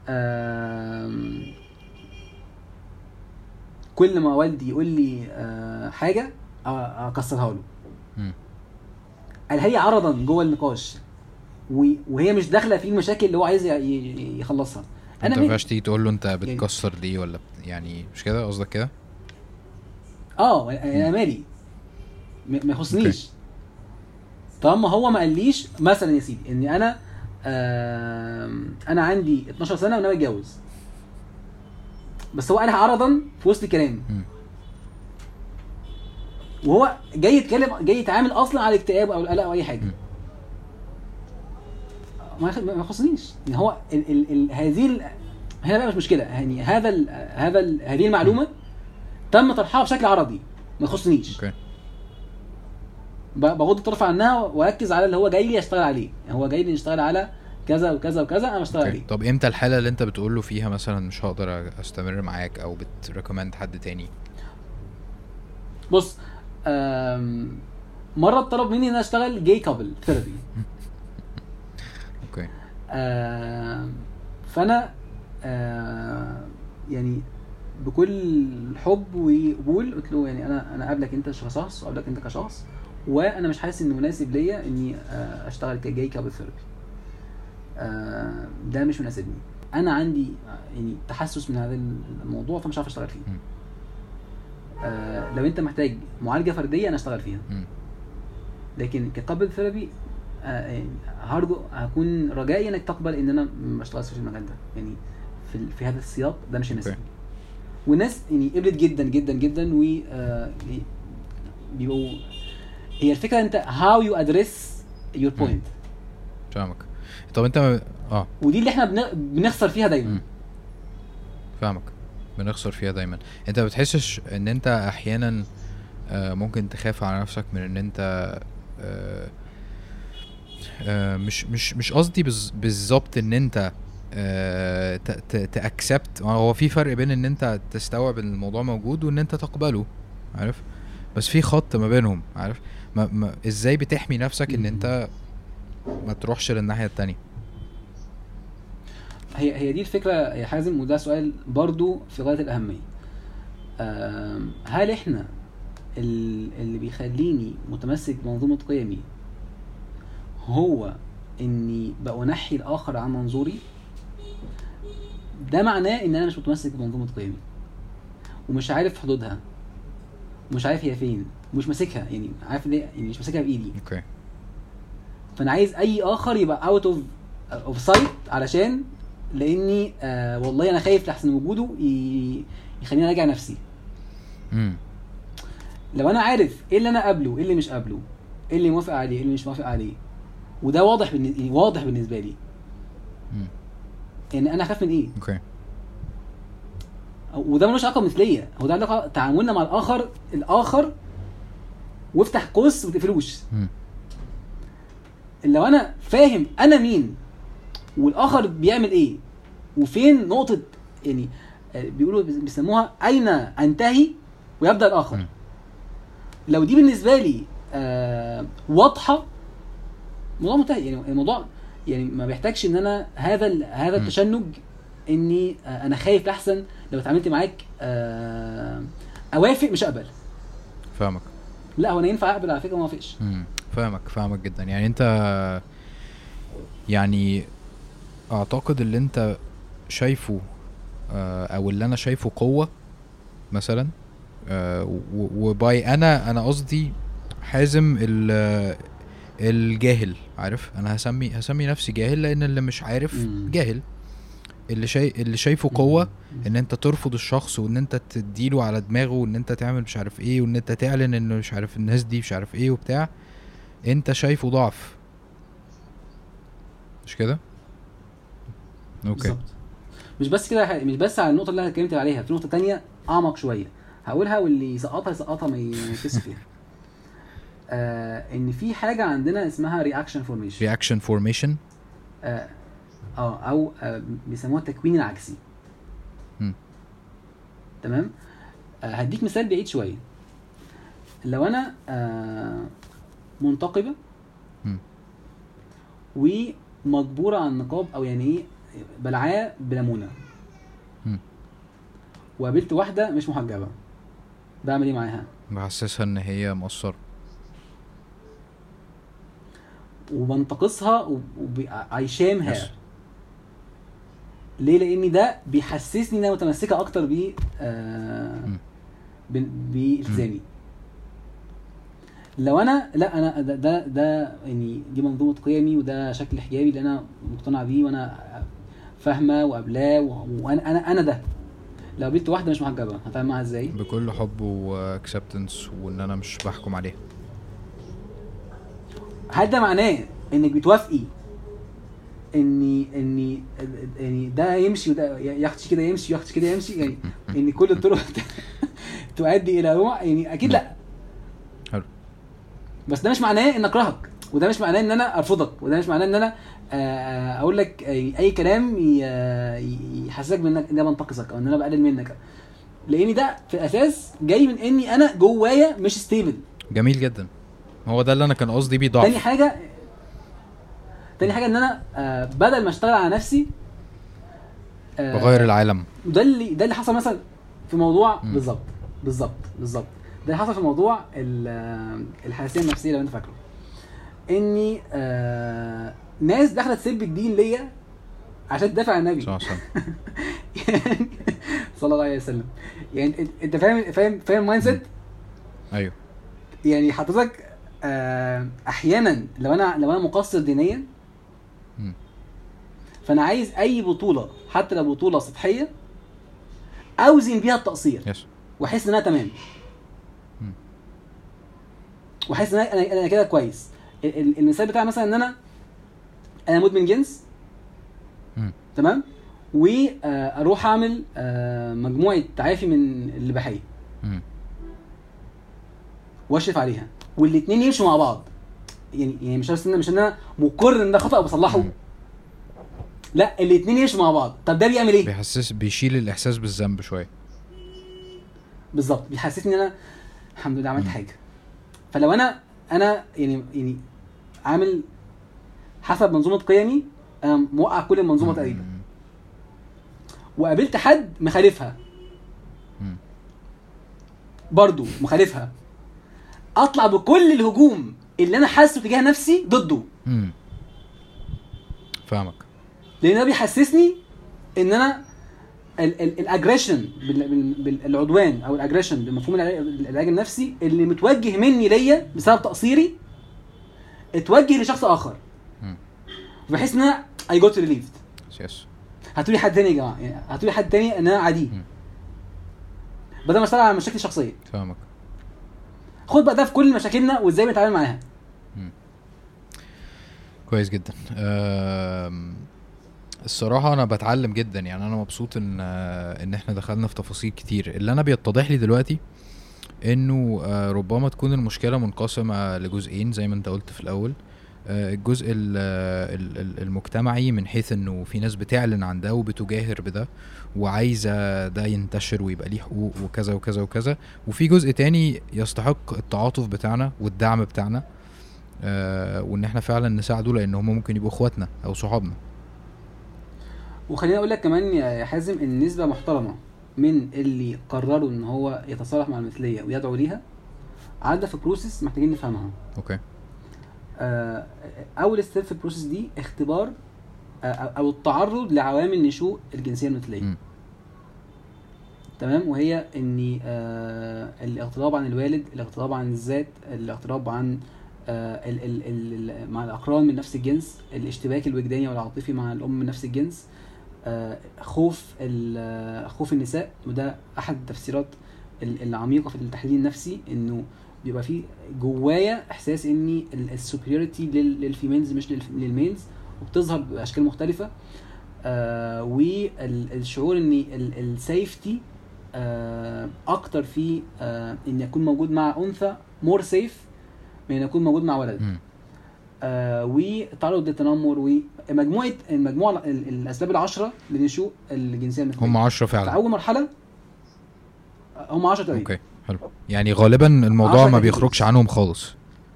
كل ما والدي يقول لي حاجه اكسرها له. قال هي عرضا جوه النقاش وهي مش داخله في المشاكل اللي هو عايز يخلصها. انت ما ينفعش تيجي تقول له انت بتكسر دي ولا يعني مش كده قصدك كده؟ انا مالي ما يخصنيش. طالما هو ما قاليش مثلا يا سيدي ان انا عندي 12 سنه وانا متجوز، بس هو قالها عرضا في وسط الكلام وهو جاي يتعامل اصلا على الاكتئاب او القلق او اي حاجه، ما يخصنيش. يعني هو هنا بقى مش مشكله. يعني هذه المعلومه تم طرحها بشكل عرضي ما يخصنيش. اوكي بغض الطرف عنها واركز على اللي هو جاي لي اشتغل عليه. يعني هو جاي لي يشتغل على كذا وكذا وكذا، انا بشتغل عليه. طب امتى الحاله اللي انت بتقول له فيها مثلا مش هقدر استمر معاك او بتريكومند حد تاني؟ بص مره طلب مني ان انا اشتغل جاي كابل ثيرابي. اوكي فانا يعني بكل حب وقبول قلت له يعني انا قابلك انت كشخص وقابلك انت كشخص، وانا مش حاسس انه مناسب ليا اني اشتغل كجاي كابل ثيرابي. ده مش مناسبني. انا عندي يعني تحسس من هذا الموضوع فمش عارف اشتغل فيه. لو انت محتاج معالجه فرديه انا اشتغل فيها، لكن كقبل ثيرابي يعني هرجو هكون رجائي انك تقبل ان انا ما اشتغلش في المجال ده. يعني في هذا السياق ده مش يناسبني. والناس يعني قبلت جدا جدا جدا و بيبقوا هي الفكره انت how you address your point. فاهمك. طب انت ودي اللي احنا بنخسر فيها دايما. فاهمك. بنخسر فيها دايما. انت ما بتحسش ان انت احيانا ممكن تخاف على نفسك من ان انت مش قصدي بالظبط ان انت تاكسبت. هو في فرق بين ان انت تستوعب ان الموضوع موجود وان انت تقبله، عارف؟ بس في خط ما بينهم، عارف؟ ازاي بتحمي نفسك ان انت ما تروحش للناحيه التانية؟ هي دي الفكره يا حازم، وده سؤال برضو في غايه الاهميه. هل احنا اللي بيخليني متمسك بمنظومه قيمي هو اني بأنحي الاخر عن منظوري؟ ده معناه ان انا مش متمسك بمنظومه قيمي ومش عارف حدودها ومش عارف هي فين ومش ماسكها. يعني عارف ليه؟ يعني مش ماسكها بايدي. اوكي. فانا عايز اي اخر يبقى اوت اوف سايت علشان لاني والله انا خايف لحسن وجوده يخليني اراجع نفسي. لو انا عارف ايه اللي انا قابله ايه اللي مش قابله ايه اللي موافق عليه ايه اللي مش موافق عليه وده واضح بالنسبه لي ان انا اخاف من ايه. اوكي. وده ملوش علاقه بمثليه، هو ده علاقه تعاملنا مع الاخر وافتح قوس وتقفلوش. لو انا فاهم انا مين والاخر بيعمل ايه وفين نقطه يعني بيقولوا بيسموها اين انتهي ويبدا الاخر. لو دي بالنسبه لي واضحه الموضوع منتهي. يعني الموضوع يعني ما بيحتاجش ان انا هذا التشنج اني انا خايف لحسن لو اتعاملت معاك اوافق مش اقبل. فاهمك. لا هو انا ينفع اقبل على فكره ما اوافقش. فاهمك جدا. يعني انت يعني اعتقد اللي انت شايفه او اللي انا شايفه قوة مثلا وباي انا قصدي حازم الجاهل. عارف انا هسمي نفسي جاهل لان اللي مش عارف جاهل. اللي شايفه قوة ان انت ترفض الشخص وان انت تديله على دماغه وان انت تعمل مش عارف ايه وان انت تعلن انه مش عارف الناس دي مش عارف ايه وبتاع. انت شايفه ضعف مش كده؟ اوكي بالظبط. مش بس كده، مش بس على النقطه اللي انا اتكلمت عليها، في نقطه تانية اعمق شويه هقولها واللي يسقطها ما يكسش فيها. ان في حاجه عندنا اسمها رياكشن فورميشن او بيسموها التكوين العكسي. تمام. هديك مثال بعيد شويه. لو انا منتقبه ومجبوره على النقاب او يعني ايه بلعاه بليمونه وقابلت واحده مش محجبه، بعمل ايه معاها؟ بحسسها ان هي مقصره وبنتقصها وعايشامها. ليه؟ لان ده بيحسسني ان انا متمسكه اكتر بالتزامي. لو انا لا انا ده يعني دي منظومه قيمي وده شكل حجابي اللي انا مقتنع بيه وانا فاهمه وقابلاه وانا ده. لو قابلت واحده مش محجبه هتعامل معاها ازاي؟ بكل حب واكسبتنس وان انا مش بحكم عليها. هل ده معناه انك بتوافقي اني ده يمشي وده ياخدش كده يمشي ياخدش كده يمشي؟ يعني ان كل الطرق تؤدي الى روح؟ يعني اكيد لا. حلو. بس ده مش معناه ان اكرهك، وده مش معناه ان انا ارفضك، وده مش معناه ان انا اقول لك اي كلام يحسسك بانك انا بنتقصك او ان انا بقلل منك، لان ده في الاساس جاي من اني انا جوايا مش ستيبل. جميل جدا. هو ده اللي انا كان قصدي بيه ضعف. تاني حاجه ان انا بدل ما اشتغل على نفسي بغير العالم. ده اللي حصل مثلا في موضوع بالظبط ده اللي حصل في موضوع الحساسيه النفسيه. لو انت فاكره اني ناس دخلت تسب الدين ليا عشان تدافع عن النبي صلى الله عليه وسلم. يعني صلى الله عليه وسلم. يعني انت فاهم المايند سيت. ايوه. يعني حضرتك احيانا لو انا مقصر دينيا فانا عايز اي بطوله حتى لو بطوله سطحيه اوزن بيها التقصير واحس ان انا تمام واحس ان انا كده كويس. المثال بتاع مثلا ان انا مدمن جنس تمام واروح اعمل مجموعه تعافي من الاباحيه واشرف عليها والاثنين يمشوا مع بعض. يعني مش ان انا مقر ان ده خطأ وبصلحه. لا الاثنين يمشوا مع بعض. طب ده بيعمل ايه؟ بيشيل الاحساس بالذنب شويه. بالظبط. بيحسسني ان انا الحمد لله عملت حاجه. فلو انا يعني عامل حسب منظومه قيمي انا موقع كل المنظومه تقريبا وقابلت حد مخالفها برضو مخالفها اطلع بكل الهجوم اللي انا حاسه تجاه نفسي ضده. فاهمك. لان ده بيحسسني ان انا الاجريشن بالعدوان او الاجريشن بمفهوم العلاج النفسي اللي متوجه مني ليا بسبب تقصيري اتوجه لشخص اخر. بحس ان انا اي جوت ريليفد. هاتولي حد تاني يا جماعه، يعني هاتولي حد تاني ان انا عادي بدل ما اشتغل على مشاكلي الشخصيه. فاهمك. خد بقى ده في كل مشاكلنا وازاي بنتعامل معاها. كويس جدا. الصراحه انا بتعلم جدا. يعني انا مبسوط ان احنا دخلنا في تفاصيل كتير. اللي انا بيتضح لي دلوقتي انه ربما تكون المشكله منقسمه لجزئين زي ما انت قلت في الاول. الجزء المجتمعي من حيث انه في ناس بتعلن عن ده وبتجاهر بده وعايزة ده ينتشر ويبقى ليه حقوق وكذا وكذا وكذا، وفي جزء تاني يستحق التعاطف بتاعنا والدعم بتاعنا، وان احنا فعلا نساعده لان هم ممكن يبقوا اخواتنا او صحابنا. وخليني اقول لك كمان يا حازم ان نسبه محترمه من اللي قرروا ان هو يتصالح مع المثليه ويدعو ليها عدى في بروسيس محتاجين نفهمها. اوكي. اول ستيب في البروسيس دي اختبار او التعرض لعوامل نشوء الجنسيه المثليه. تمام. وهي ان الاغتراب عن الوالد، الاغتراب عن الذات، الاغتراب عن مع الاقران من نفس الجنس، الاشتباك الوجداني والعاطفي مع الام من نفس الجنس، خوف النساء. وده احد التفسيرات العميقه في التحليل النفسي، انه بيبقى فيه جوايا احساس اني السوبريوريتي للفيميلز مش للميلز، وبتظهر باشكال مختلفه. والشعور ان السيفتي اكتر في ان يكون موجود مع انثى مور سيف من ان يكون موجود مع ولد. وتعرض للتنمر ومجموعه الاسباب العشرة لنشوء الجنسيه المثليه. هم 10 فعلا. فاول مرحله هم 10 تقريبا. اوكي حلو. يعني غالبا الموضوع ما بيخرجش عنهم خالص.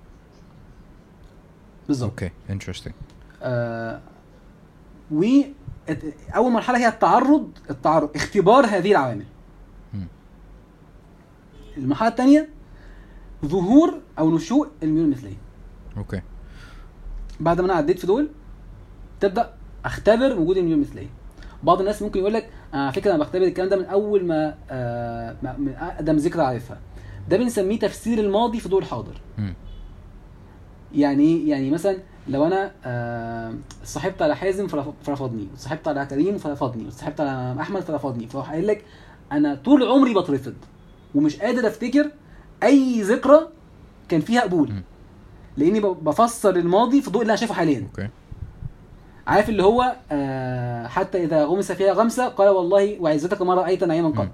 بالظبط. اوكي انترستينج. واول مرحله هي التعرض اختبار هذه العوامل. المرحله الثانيه ظهور او نشوء الميول المثليه. اوكي. بعد ما انا عديت في دول تبدا اختبر وجود الميول المثليه. بعض الناس ممكن يقول لك على فكره انا بختبر الكلام ده من اول ما من اقدم ذكرى عارفها. ده بنسميه تفسير الماضي في ضوء الحاضر. يعني مثلا لو انا صاحبت على حازم فرفضني، وصاحبت على كريم فرفضني، وصاحبت على احمد فرفضني، فهو قايل لك انا طول عمري بترفض ومش قادر افتكر اي ذكرى كان فيها قبول، لاني بفسر الماضي في ضوء اللي انا شايفه حاليا. اوكي. عارف اللي هو حتى اذا غمس فيها غمسه قال والله وعزتك ما رايت نعيما قط.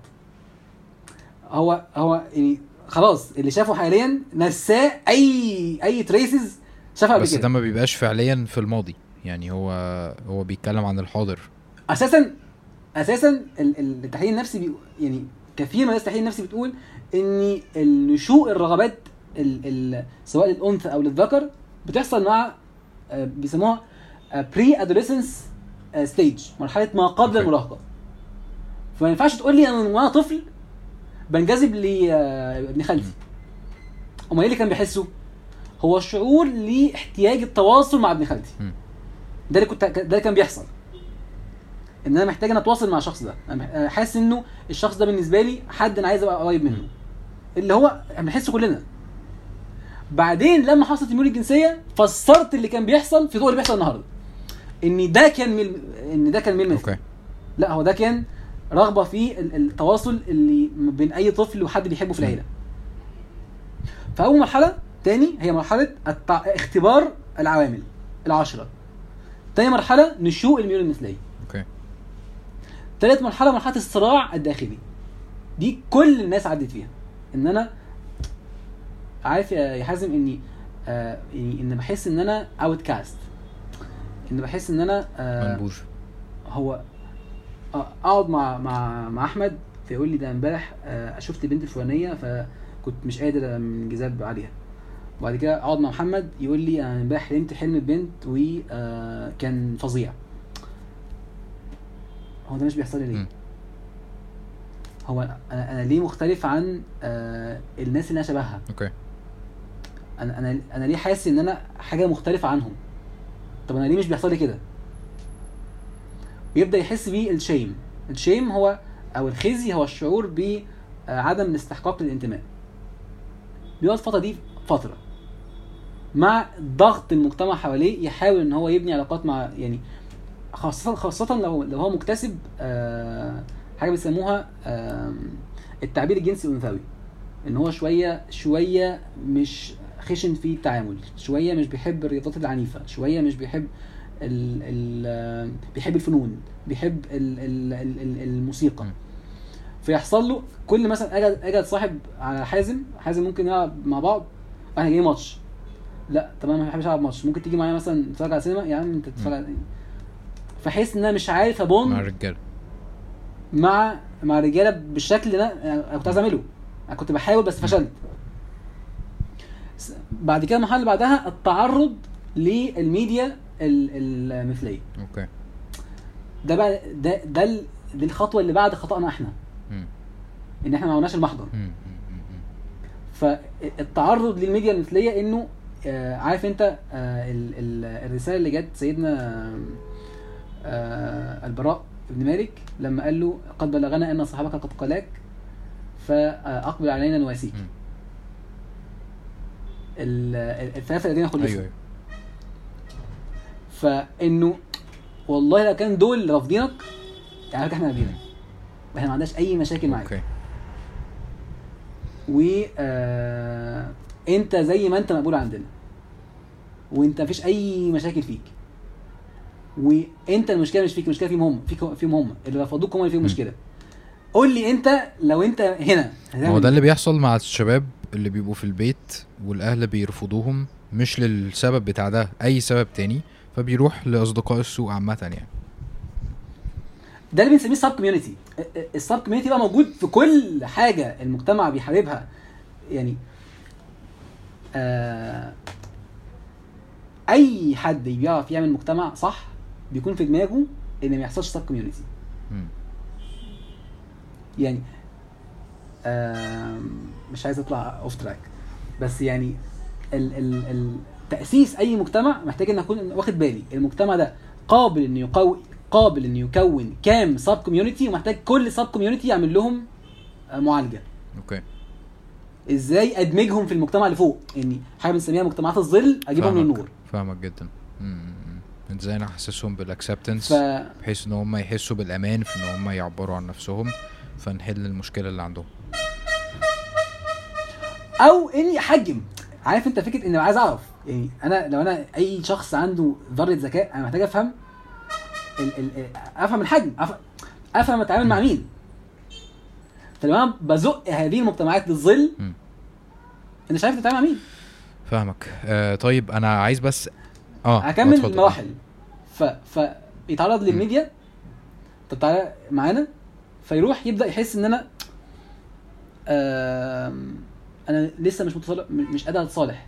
هو يعني خلاص اللي شافه حاليا نساه اي تريسز شافها قبل كده. بس ده ما بيبقاش فعليا في الماضي، يعني هو بيتكلم عن الحاضر. اساسا التحليل النفسي يعني كثير من التحليل النفسي بتقول ان النشوء الرغبات سواء للانثى او للذكر بتحصل مع بيسموها بري ادوليسنس ستيج، مرحله ما قبل المراهقه. فما ينفعش تقول لي انا وانا طفل بنجذب لابن خالتي. امال ايه اللي كان بيحسه؟ هو الشعور لاحتياج التواصل مع ابن خالتي. ده اللي كان بيحصل، ان انا محتاج ان اتواصل مع الشخص ده، انا حاسس انه الشخص ده بالنسبه لي حد انا عايز ابقى قريب منه، اللي هو بنحسه كلنا. بعدين لما حصلت الميول الجنسيه فسرت اللي كان بيحصل في ضوء اللي بيحصل النهارده، ان ده كان ميل مثلي. لا، هو ده كان رغبه في التواصل اللي بين اي طفل وحد بيحبه في العيله. فاول مرحله تاني هي مرحله اختبار العوامل العشرة. تاني مرحله نشوء الميول المثليه. اوكي. تالت مرحله مرحله الصراع الداخلي. دي كل الناس عدت فيها. ان انا عارف يا حازم اني يعني ان بحس ان انا اوت كاست، ان بحس ان انا منبوذ. هو اقعد مع احمد فيقول لي ده امبارح شفت بنت الفلانيه فكنت مش قادر من انجذاب عليها. وبعد كده اقعد مع محمد يقول لي انا امبارح حلمت حلم بنت وكان فظيع. هو ده مش بيحصل لي ليه؟ هو انا ليه مختلف عن الناس اللي انا شبهها؟ اوكي. انا ليه حاسس ان انا حاجه مختلفه عنهم؟ طب انا ليه مش بيحصل لي كده؟ ويبدا يحس بيه الشيم هو او الخزي، هو الشعور بعدم الاستحقاق للانتماء. بيقعد الفتره دي فتره مع ضغط المجتمع حواليه يحاول ان هو يبني علاقات مع، يعني خاصه لو هو مكتسب حاجه بيسموها التعبير الجنسي الانثوي، ان هو شويه مش خشن في التعامل، شويه مش بيحب الرياضات العنيفه، شويه مش بيحب بيحب الفنون، بيحب الموسيقى. فيحصل له كل مثلا اجي اتصاحب على حازم ممكن نلعب مع بعض، انا جاي ماتش لا تمام ما بحبش العب ماتش، ممكن تيجي معايا مثلا تتفرج على سينما يا عم انت تتفرج على، فحس ان انا مش عارف مع ابون الرجاله. مع الرجاله بالشكل اللي انا كنت عايز اعمله. انا كنت بحاول بس فشلت. بعد كده المرحله اللي بعدها التعرض للميديا المثليه. اوكي. ده بقى دي الخطوه اللي بعد خطأنا احنا، ان احنا ما عملناش المحضر. فالتعرض للميديا المثليه انه عارف انت الرساله اللي جت سيدنا البراء بن مالك لما قال له قد بلغنا ان صاحبك قد قلاك فاقبل علينا نواسيك. الثلاثه الذين خلفوا. ايوه. فانه والله لو كان دول رافضينك يعني احنا نبينا، احنا ما عندناش اي مشاكل معاك. اوكي. و انت زي ما انت مقبول عندنا، وانت مفيش اي مشاكل فيك، وانت المشكله مش فيك، المشكله فيهم هم اللي رفضوك، هم اللي فيهم مشكله. قول لي انت لو انت هنا هو ده اللي بيحصل مع الشباب اللي بيبقوا في البيت والاهل بيرفضوهم مش للسبب بتاع ده، اي سبب تاني، فبيروح لاصدقاء السوء عامه يعني. ده اللي بنسميه سب كوميونتي. السب كوميونتي بقى موجود في كل حاجه المجتمع بيحاربها يعني. اي حد بيعرف يعمل مجتمع صح بيكون في دماغه ان ما يحصلش سب كوميونتي يعني. مش عايز اطلع اوف تراك، بس يعني تأسيس اي مجتمع محتاج ان اكون واخد بالي المجتمع ده قابل انه يكون كام سب كوميونتي، ومحتاج كل سب كوميونتي يعمل لهم معالجه. اوكي. ازاي ادمجهم في المجتمع اللي فوق، يعني حاجه بنسميها مجتمعات الظل، اجيبهم للنور. فاهمك جدا. ازاي انا احسسهم بالاكسبتنس بحيث ان هم يحسوا بالامان في ان هم يعبروا عن نفسهم، فنحل المشكله اللي عندهم. او اني احجم، عارف انت فكره اني عايز اعرف يعني انا لو انا اي شخص عنده ذره ذكاء انا محتاج افهم افهم الحجم، افهم اتعامل مع مين. فلما انا بزق هذه المجتمعات للظل انت مش عارف تتعامل مع مين. فاهمك. طيب انا عايز بس هكمل المراحل. فيتعرض للميديا. طب تعالى معانا، فيروح يبدا يحس ان انا لسه مش قادر اتصالح.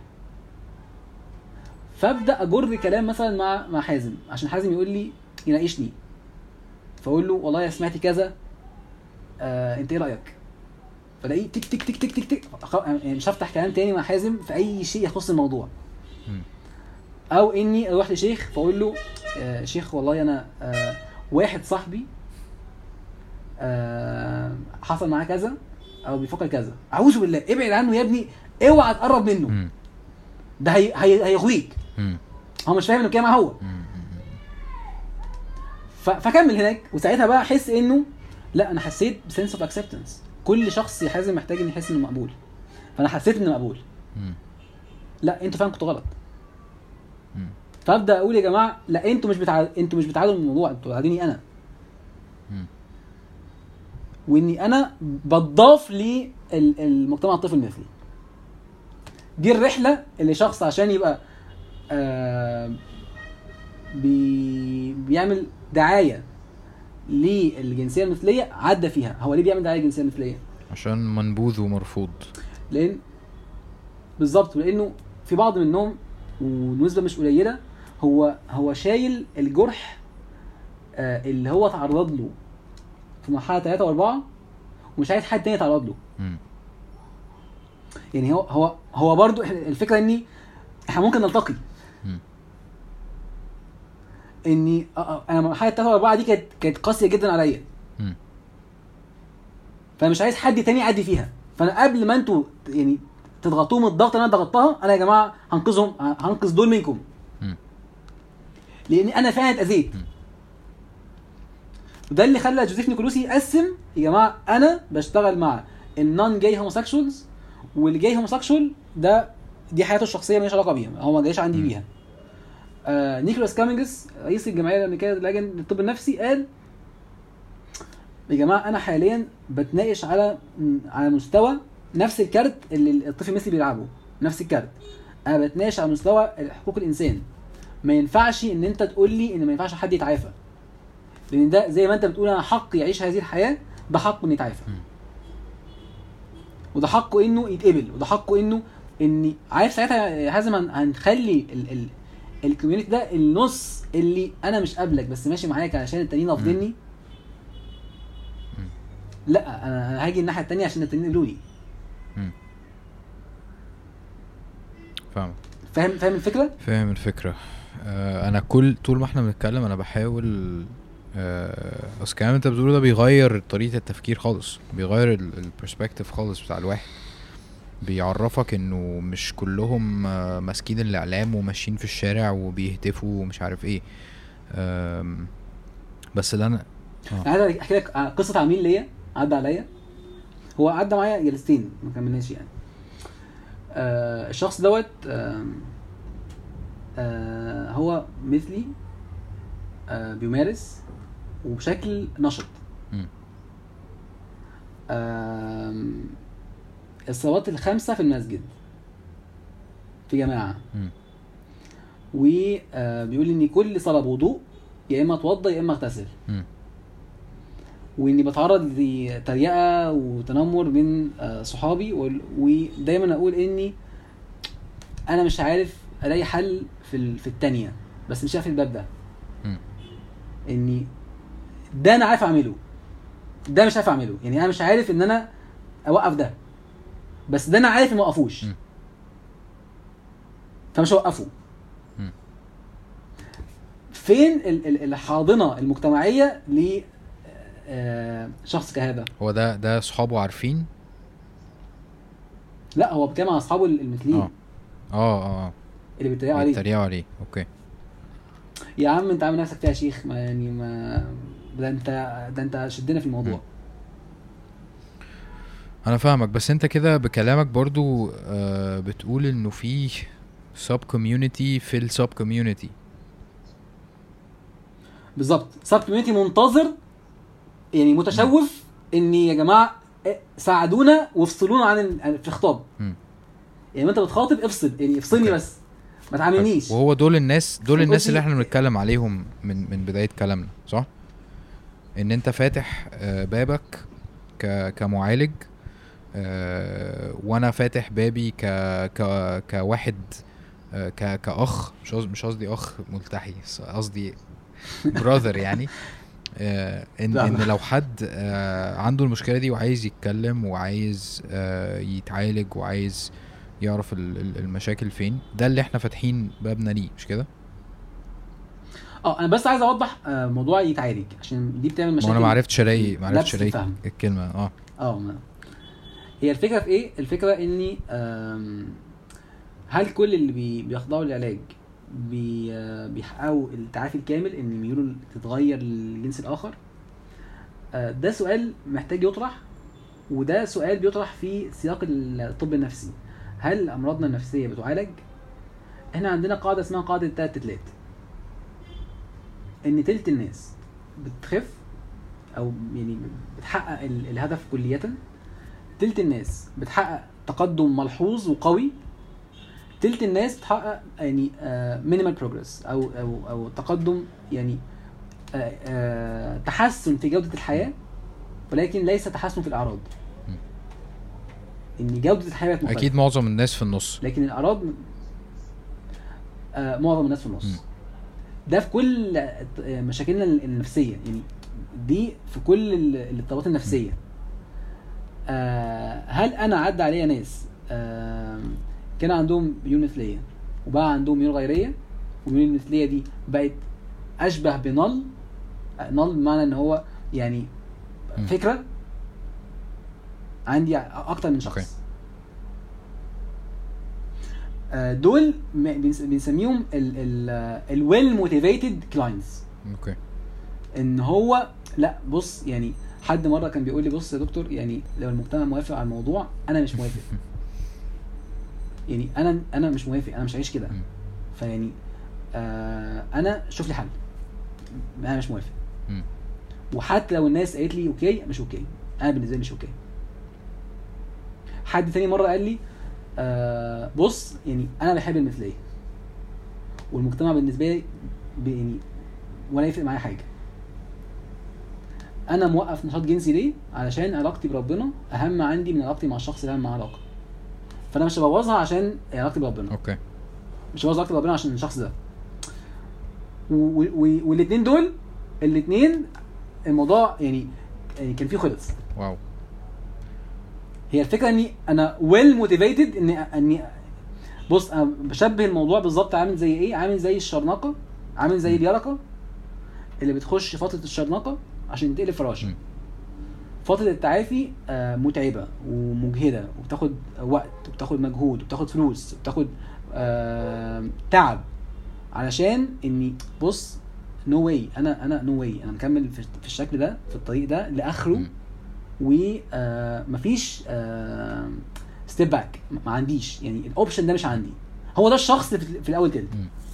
فابدا اجر كلام مثلا مع حازم عشان حازم يقول لي يناقشني، فاقول له والله يا سمعتي كذا، انت ايه رايك؟ فلاقيه تك تك تك تك تك تك يعني مش هفتح كلام تاني مع حازم في اي شيء يخص الموضوع. او اني اروح لشيخ فاقول له شيخ والله انا واحد صاحبي حصل معاه كذا او بيفكر كذا، اعوذ بالله ابعد عنه يا ابني، اوعى تقرب منه، ده هيغويك. هو مش فاهم انه كده هو. فكمل هناك، وساعتها بقى احس انه لا انا حسيت بسنس اوف اكسبتنس. كل شخص يحزم محتاج ان يحس انه مقبول، فانا حسيت اني مقبول. لا انتوا فعلا كنتوا غلط. فابدا اقول يا جماعه لا انتوا مش بتعادلوا الموضوع، انتوا بتعادلوني انا. واني انا بضاف للمجتمع الطفل المثلي. دي الرحله اللي شخص عشان يبقى بيعمل دعايه للجنسيه المثليه عدى فيها. هو ليه بيعمل دعايه للجنسيه المثليه؟ عشان منبوذ ومرفوض. لان بالظبط، لانه في بعض منهم ونسبه مش قليله هو شايل الجرح اللي هو تعرض له في مرحله 3 و4 ومش عايز حد تاني يتعرض له. يعني هو برضو الفكره اني احنا ممكن نلتقي. اني انا مرحله 3 و4 دي كانت قاسيه جدا عليا، فانا مش عايز حد تاني يعدي فيها. فانا قبل ما انتوا يعني تضغطوهم الضغط اللي انا ضغطتها، انا يا جماعه هنقذ دول منكم، لان انا فعلا اتاذيت. وده اللي خلى جوزيف نيكولوسي يقسم يا جماعه انا بشتغل مع النون جاي هوموسيكشوالز، والجاي هوموسيكشوال دي حياته الشخصيه ماليش علاقه بيها، هو ما جايش عندي بيها. نيكولاس كامينجز رئيس الجمعيه الامريكيه للطب النفسي قال يا جماعه انا حاليا بتناقش على مستوى نفس الكارت اللي الطفل المثلي بيلعبه، نفس الكارت. انا بتناقش على مستوى حقوق الانسان. ما ينفعش ان انت تقول لي ان ما ينفعش حد يتعافى، لان ده زي ما انت بتقول انا حق يعيش هذه الحياه، ده حقه انه يتعافى، وده حقه انه يتقبل، وده حقه انه اني عارف ساعتها لازم هنخلي الكوميونتي ده النص اللي انا مش قابلك بس ماشي معاك علشان التانيين رافضيني. لا انا هاجي الناحيه التانيه عشان التانيين يقبلوا لي. فاهم الفكره؟ فاهم الفكره. انا طول ما احنا بنتكلم انا بحاول بس الكلام انت بتقوله ده بيغير طريقه التفكير خالص، بيغير البرسبكتيف خالص بتاع الواحد، بيعرفك انه مش كلهم ماسكين الاعلام وماشيين في الشارع وبيهتفوا ومش عارف ايه. بس اللي انا عايز احكي لك قصه عميل ليا عدى عليا. هو عدى معايا جلستين ما كملناش يعني. الشخص دوت هو مثلي بيمارس وبشكل نشط. الصلوات الخمسة في المسجد في جماعة، وبيقول إني كل صلاة بوضوء يا إما أتوضى يا إما أغتسل، وإني بتعرض لتريقة وتنمر من صحابي، ودايما أقول إني أنا مش عارف ألاقي حل في التانية، بس مش عارف الباب ده. إني ده أنا عارف أعمله، ده مش عارف أعمله، يعني أنا مش عارف إن أنا أوقف ده، بس ده انا عارف ما اوقفوش، فمش هوقفه. فين الحاضنه المجتمعيه لشخص كهذا؟ هو ده صحابه عارفين؟ لا هو بكام مع اصحابه المثليين اللي بيتريقوا عليه. اوكي يا عم انت عامل نفسك فيها شيخ، ما يعني ما ده انت شدنا في الموضوع. انا فاهمك، بس انت كده بكلامك برضو بتقول انه في سب كوميونتي في السب كوميونتي. بالظبط، سب كوميونتي منتظر يعني متشوف ان يا جماعه ساعدونا وافصلونا عن في الخطاب. يعني انت بتخاطب افصل، يعني افصلني بس ما تعاملنيش. وهو دول الناس اللي احنا بنتكلم عليهم من بدايه كلامنا، صح؟ ان انت فاتح بابك كمعالج، وانا فاتح بابي كواحد كاخ، مش قصدي اخ ملتحي، قصدي براذر يعني. ان لو حد عنده المشكله دي وعايز يتكلم وعايز يتعالج وعايز يعرف المشاكل فين، ده اللي احنا فاتحين بابنا ليه، مش كده؟ انا بس عايز اوضح موضوع يتعالج عشان دي بتعمل مشاكل. انا ما عرفتش الاقي الكلمه. هي الفكره في ايه؟ الفكره اني هل كل اللي بيخضعوا للعلاج بيحققوا التعافي الكامل، ان ميوله تتغير للجنس الاخر؟ ده سؤال محتاج يطرح، وده سؤال بيطرح في سياق الطب النفسي. هل امراضنا النفسيه بتعالج؟ احنا عندنا قاعده اسمها قاعده 3 ان تلت الناس بتخف او يعني بتحقق الهدف كلية، تلت الناس بتحقق تقدم ملحوظ وقوي، تلت الناس بتحقق يعني minimal progress او تقدم يعني تحسن في جودة الحياة، ولكن ليس تحسن في الأعراض. ان جودة الحياة مختلفة. اكيد معظم الناس في النص، لكن الأعراض معظم الناس في النص. ده في كل مشاكلنا النفسية، يعني دي في كل الاضطرابات النفسية. هل انا عدى عليا ناس كان عندهم ميول مثلية وبقى عندهم ميول غيرية، والميول المثلية دي بقت اشبه بنل بمعنى ان هو يعني فكرة عندي اكتر من شخص. دول بنسميهم الويل موتيفيتد كلاينتس. اوكي. ان هو لا بص، يعني حد مره كان بيقول لي بص يا دكتور، يعني لو المجتمع موافق على الموضوع انا مش موافق. يعني انا مش موافق، انا مش عايش كده. فيعني انا شوف لي حل، انا مش موافق. وحتى لو الناس قالت لي اوكي، مش اوكي، انا بالنسبه لي مش اوكي. حد تاني مره قال لي بص يعني انا بحب المثليه، والمجتمع بالنسبه لي يعني ولا يفرق معايا حاجه. انا موقف نشاط جنسي ليه؟ علشان علاقتي بربنا اهم عندي من علاقتي مع الشخص اللي انا معاه علاقه. فانا مش هبوظها عشان علاقتي بربنا، اوكي، مش هبوظ علاقتي بربنا عشان الشخص ده. والاثنين دول الاثنين الموضوع يعني كان فيه خلص. واو. هي الفكره اني انا ويل موتيفيتد اني بص انا بشبه الموضوع بالظبط عامل زي ايه؟ عامل زي الشرنقه، عامل زي اليرقه اللي بتخش فتره الشرنقه عشان تقلب فراشه. فتره التعافي متعبه ومجهده وبتاخد وقت وبتاخد مجهود وبتاخد فلوس وبتاخد تعب، علشان اني بص نو واي انا نو واي انا مكمل في الشكل ده في الطريق ده لاخره، ومفيش ستيب باك، ما عنديش يعني الاوبشن ده مش عندي. هو ده الشخص في الاول تلت.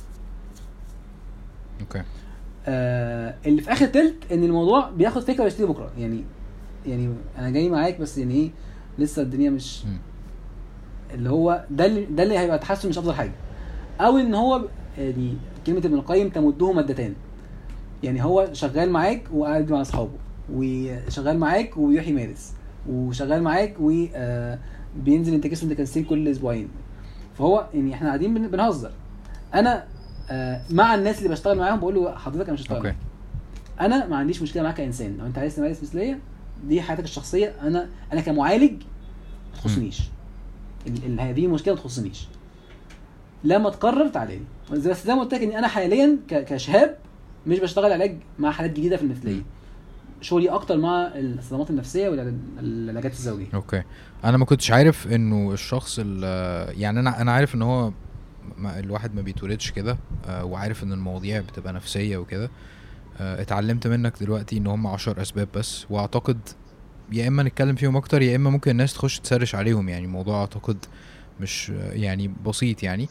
اوكي. اللي في اخر تلت ان الموضوع بياخد فكره ويشتري بكره. يعني انا جاي معاك بس يعني ايه لسه الدنيا مش اللي هو ده اللي هيبقى تحسن مش افضل حاجه. او ان هو يعني كلمه ابن القيم تمده مادتان، يعني هو شغال معاك وقاعد مع اصحابه، وشغال معاك وبيروح يمارس، وشغال معاك وبينزل انتكاسه انتكاسين كل اسبوعين. فهو يعني احنا قاعدين بنهزر. انا مع الناس اللي بشتغل معاهم بقول له حضرتك انا مش هشتغل معاك. انا ما عنديش مشكله معاك كانسان، لو انت عايز تمارس مثليه دي حياتك الشخصيه، انا كمعالج ما تخصنيش. هذه مشكله ما تخصنيش. لما تقرر تعالى لي. بس زي ما قلت لك ان انا حاليا كشهاب مش بشتغل علاج مع حالات جديده في المثليه، شغلي اكتر مع الصدمات النفسيه والعلاجات الزوجيه. اوكي. انا ما كنتش عارف انه الشخص يعني انا عارف ان هو الواحد ما بيتولدش كده، وعارف ان المواضيع بتبقى نفسيه وكده. اتعلمت منك دلوقتي ان هم 10 اسباب بس، واعتقد يا اما نتكلم فيهم اكتر يا اما ممكن الناس تخش تسرش عليهم. يعني الموضوع اعتقد مش يعني بسيط يعني.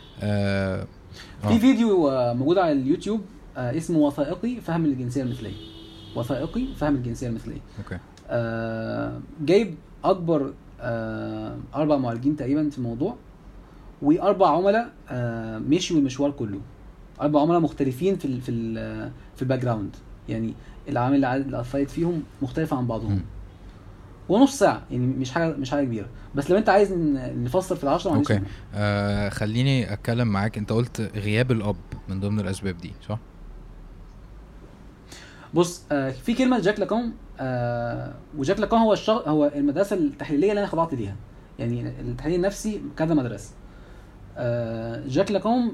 في فيديو موجود على اليوتيوب اسمه وثائقي فهم الجنسيه المثليه. وثائقي فهم الجنسيه المثليه. اوكي. جايب اكبر 4 معالجين تقريبا في الموضوع، و4 عملاء مشوا المشوار كله. 4 عملاء مختلفين في الباك جراوند، يعني العامل اللي اثرت فيهم مختلفه عن بعضهم. ونص ساعه يعني مش حاجه كبيره. بس لو انت عايز نفسر في ال10 اوكي. خليني اتكلم معاك. انت قلت غياب الاب من ضمن الاسباب دي، صح؟ بص في كلمه جاك لاكان، وجاك لاكان هو المدرسه التحليليه اللي انا خضعت ليها. يعني التحليل النفسي كذا مدرسه. جاك لاكان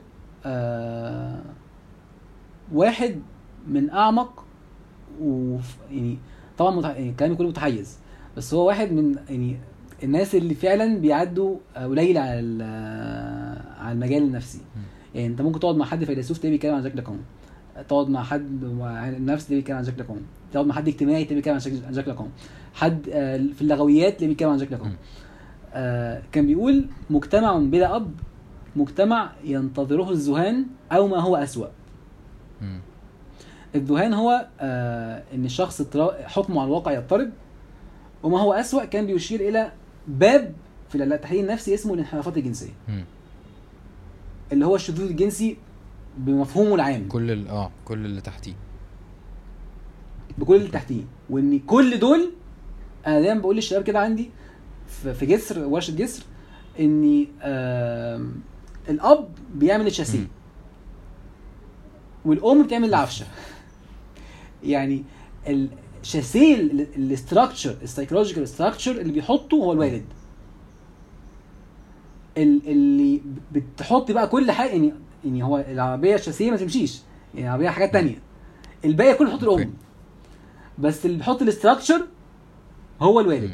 واحد من اعمق يعني طبعا يعني كلامي كله متحيز، بس هو واحد من يعني الناس اللي فعلا بيعدوا قليل على المجال النفسي. يعني انت ممكن تقعد مع حد فيلسوف تلاقيه بيتكلم عن جاك لاكان، تقعد مع حد نفس تلاقيه بيتكلم عن جاك لاكان، تقعد مع حد اجتماعي تلاقيه بيتكلم عن جاك لاكان، حد في اللغويات تلاقيه بيتكلم عن جاك لاكان. كان بيقول مجتمع بلا اب مجتمع ينتظره الذهان او ما هو اسوأ. الذهان هو ان الشخص حكمه على الواقع يضطرب، وما هو اسوأ كان بيشير الى باب في التحليل النفسي اسمه الانحرافات الجنسيه، اللي هو الشذوذ الجنسي بمفهومه العام، كل اللي تحتيه، بكل اللي تحتيه. وان كل دول انا دايما بقول للشباب كده عندي في جسر ورشه جسر ان الاب بيعمل الشاسيه والام بتعمل العفشه. يعني الشاسيه الاستراكشر السايكولوجيكال استراكشر اللي بيحطه هو الوالد، اللي بتحط بقى كل حاجه. يعني هو العربيه الشاسيه ما تمشيش، يعني العربيه حاجات تانية، الباقي كله بيحط الام، بس اللي بيحط الاستراكشر هو الوالد.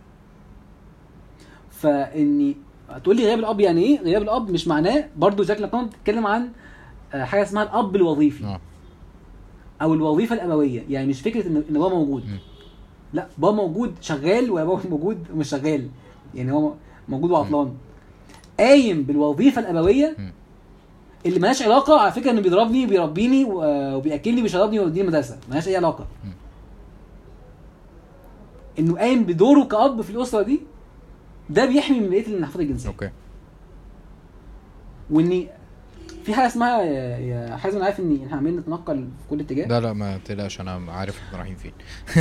فاني تقول لي غياب الاب يعني ايه؟ غياب الاب مش معناه برضو جاك لاكان بيتكلم عن حاجه اسمها الاب الوظيفي او الوظيفه الابويه. يعني مش فكره ان بابا موجود، لا بابا موجود شغال وبابا موجود ومش شغال، يعني هو موجود وعطلان، قايم بالوظيفه الابويه اللي مالهاش علاقه على فكره انه بيضربني وبيربيني وبياكلني وبيشربني ويوديني المدرسه، مالهاش اي علاقه. انه قايم بدوره كأب في الاسره دي ده بيحمي من بقيه الانحرافات الجنسيه. اوكي. واني في حاجه اسمها يا حازم، عارف ان احنا عمالين نتنقل في كل اتجاه. لا ما تقلقش، انا عارف احنا رايحين فين.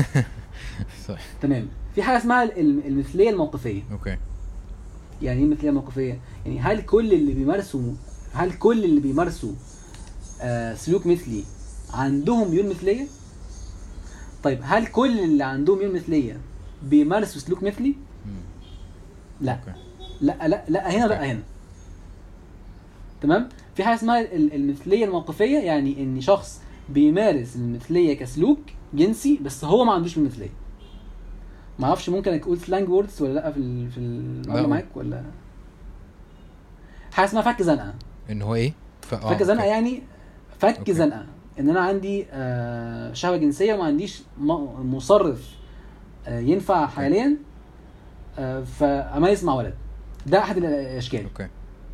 تمام. في حاجه اسمها المثليه الموقفيه. اوكي. يعني ايه المثليه الموقفيه؟ يعني هل كل اللي بيمارسوا سلوك مثلي عندهم ميول مثليه؟ طيب هل كل اللي عندهم ميول مثليه بيمارسوا سلوك مثلي؟ لا. أوكي. لا هنا لا هنا. تمام. في حاجه اسمها المثليه الموقفيه، يعني ان شخص بيمارس المثليه كسلوك جنسي بس هو ما عندوش المثليه. ما اعرفش ممكن اقول سلانج ووردز ولا لا في المقابله معاك ولا. حاجه اسمها فك زنقه. ان هو ايه فك زنقه يعني فك زنقه ان انا عندي شهوه جنسيه وما عنديش مصرف ينفع حاليا فاميز مع ولد. ده احد الاشكال. اوكي.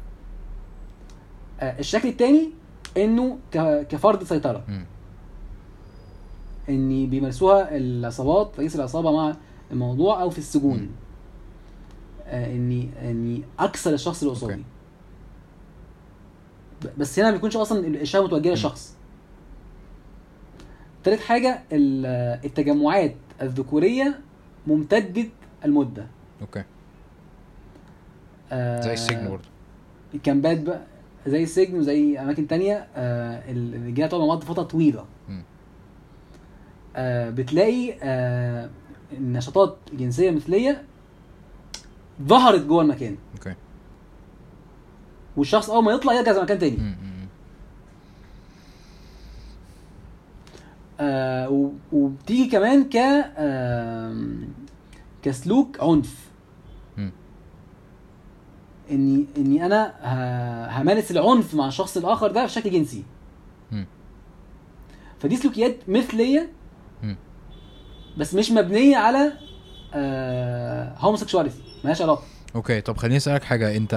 الشكل الثاني انه كفرض سيطره. اني بيمارسوها العصابات، رئيس العصابه مع الموضوع او في السجون. اني اكسر الشخص اللي قصادي. بس هنا ما بيكونش اصلا الشهوه متوجهه للشخص. ثالث حاجه التجمعات الذكوريه ممتده المده. اوكي. زي السجن برضه. الكامبات بقى زي السجن وزي اماكن تانية. الرجاله تقعد مع بعض فتره طويله. بتلاقي النشاطات الجنسيه مثليه ظهرت جوه المكان. اوكي. والشخص اول ما يطلع يرجع زي مكان تاني. وبتيجي كمان كسلوك عنف. اني انا همارس العنف مع الشخص الاخر ده بشكل جنسي. فدي سلوكيات مثليه بس مش مبنيه على هوموسيكشواليتي، مالهاش علاقه. اوكي. طب خليني اسالك حاجه. انت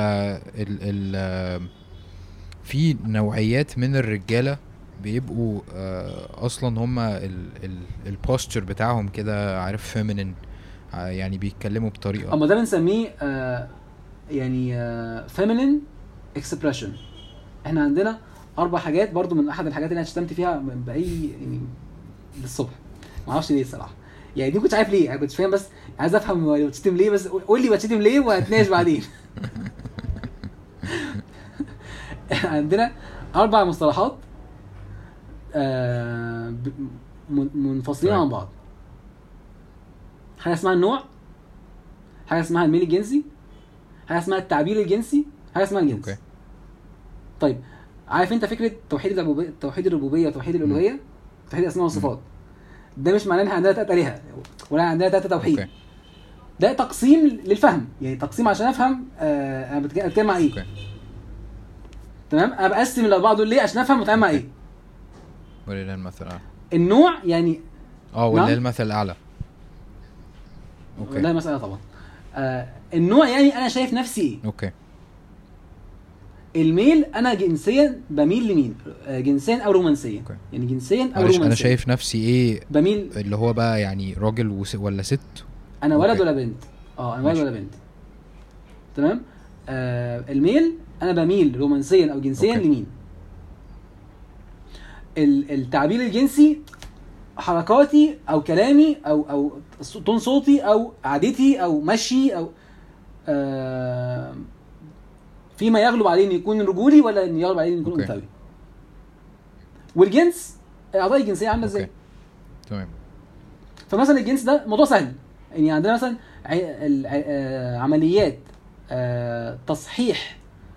في نوعيات من الرجاله بيبقوا اصلا هم البوستشر بتاعهم كده، عارف، فيمينين، يعني بيتكلموا بطريقه، اما ده بنسميه يعني فيمينين اكسبريشن. احنا عندنا 4 حاجات برضو، من احد الحاجات اللي انا شتمت فيها باي يعني للصبح، ما اعرفش ليه الصراحه. يعني دي كنت عارف ليه، انا كنت فاهم بس عايز افهم بتشتم ليه، بس قول لي بتشتم ليه وهتناقش بعدين. عندنا 4 مصطلحات منفصلين عن بعض. حاجه اسمها النوع، حاجه اسمها الميل الجنسي، حاجه اسمها التعبير الجنسي، حاجه اسمها الجنس. اوكي. طيب عارف انت فكره توحيد الربوبيه وتوحيد الالوهيه، توحيد الاسماء والصفات؟ ده مش معناه ان احنا عندنا 3 آلهة ولا عندنا 3 توحيد. أوكي. ده تقسيم للفهم، يعني تقسيم عشان افهم انا بتكلم مع ايه. أوكي. تمام. انا بقسم ال4 دول ليه؟ عشان افهم متعامل مع ايه. ولله المثل الاعلى. النوع يعني ولله المثل الاعلى. اوكي. لا مسألة طبعا. النوع يعني انا شايف نفسي ايه. اوكي. الميل انا جنسيا بميل لمين، جنسيا او رومانسيا. أوكي. يعني جنسيا او رومانسيا انا شايف نفسي ايه، بميل اللي هو بقى يعني راجل ولا ست، انا ولد ولا بنت. انا ولد ولا بنت. تمام. الميل انا بميل رومانسيا او جنسيا لمين. التعبير الجنسي حركاتي او كلامي او تون صوتي او عادتي او مشي او فيما يغلب عليه ان يكون رجولي ولا ان يغلب عليه ان يكون انثوي. والجنس الاعضاء الجنسيه عامله ازاي. تمام. فمثلا الجنس ده موضوع سهل، يعني عندنا مثلا عمليات تصحيح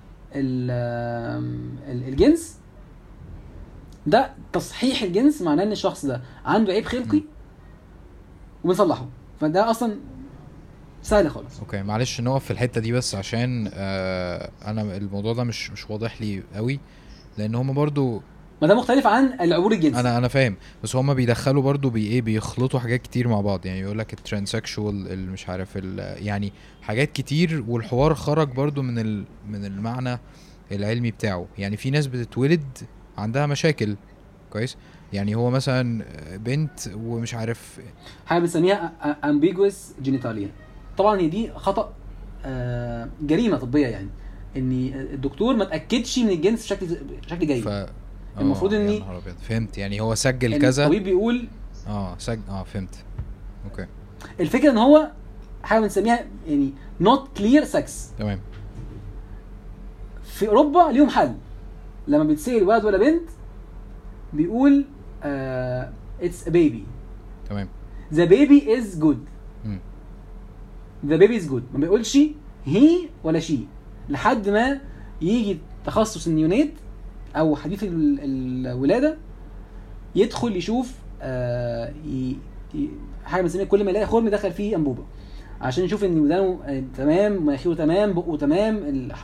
الجنس. ده تصحيح الجنس معناه ان الشخص ده عنده عيب خلقي وبنصلحه، فده اصلا سهل خالص. اوكي. معلش نقف في الحته دي بس عشان انا الموضوع ده مش واضح لي قوي، لان هم برضو ما ده مختلف عن العبور الجنسي. انا فاهم، بس هم بيدخلوا برضو بيخلطوا حاجات كتير مع بعض. يعني يقول لك الترانسكشوال مش عارف يعني حاجات كتير، والحوار خرج برضو من المعنى العلمي بتاعه. يعني في ناس بتتولد عندها مشاكل، كويس، يعني هو مثلا بنت ومش عارف حاجه بنسميها ambiguous genitalia. طبعا هي دي خطأ جريمه طبيه يعني، ان الدكتور ما تاكدش من الجنس بشكل جيد. المفروض اني فهمت يعني هو سجل كذا، الطبيب بيقول فهمت. اوكي. الفكره ان هو حاجه بنسميها يعني not clear sex. تمام. في اوروبا ليهم حل، لما بيتسال ولد ولا بنت بيقول it's a baby. تمام. the baby is good. the baby is good. ما بيقولش he ولا she لحد ما يجي تخصص النيونات او حديث الولاده يدخل يشوف حاجه بنسميها كل ما يلاقي خرم دخل فيه انبوبه عشان يشوف ان ودانه تمام، مناخيره تمام، بقه تمام،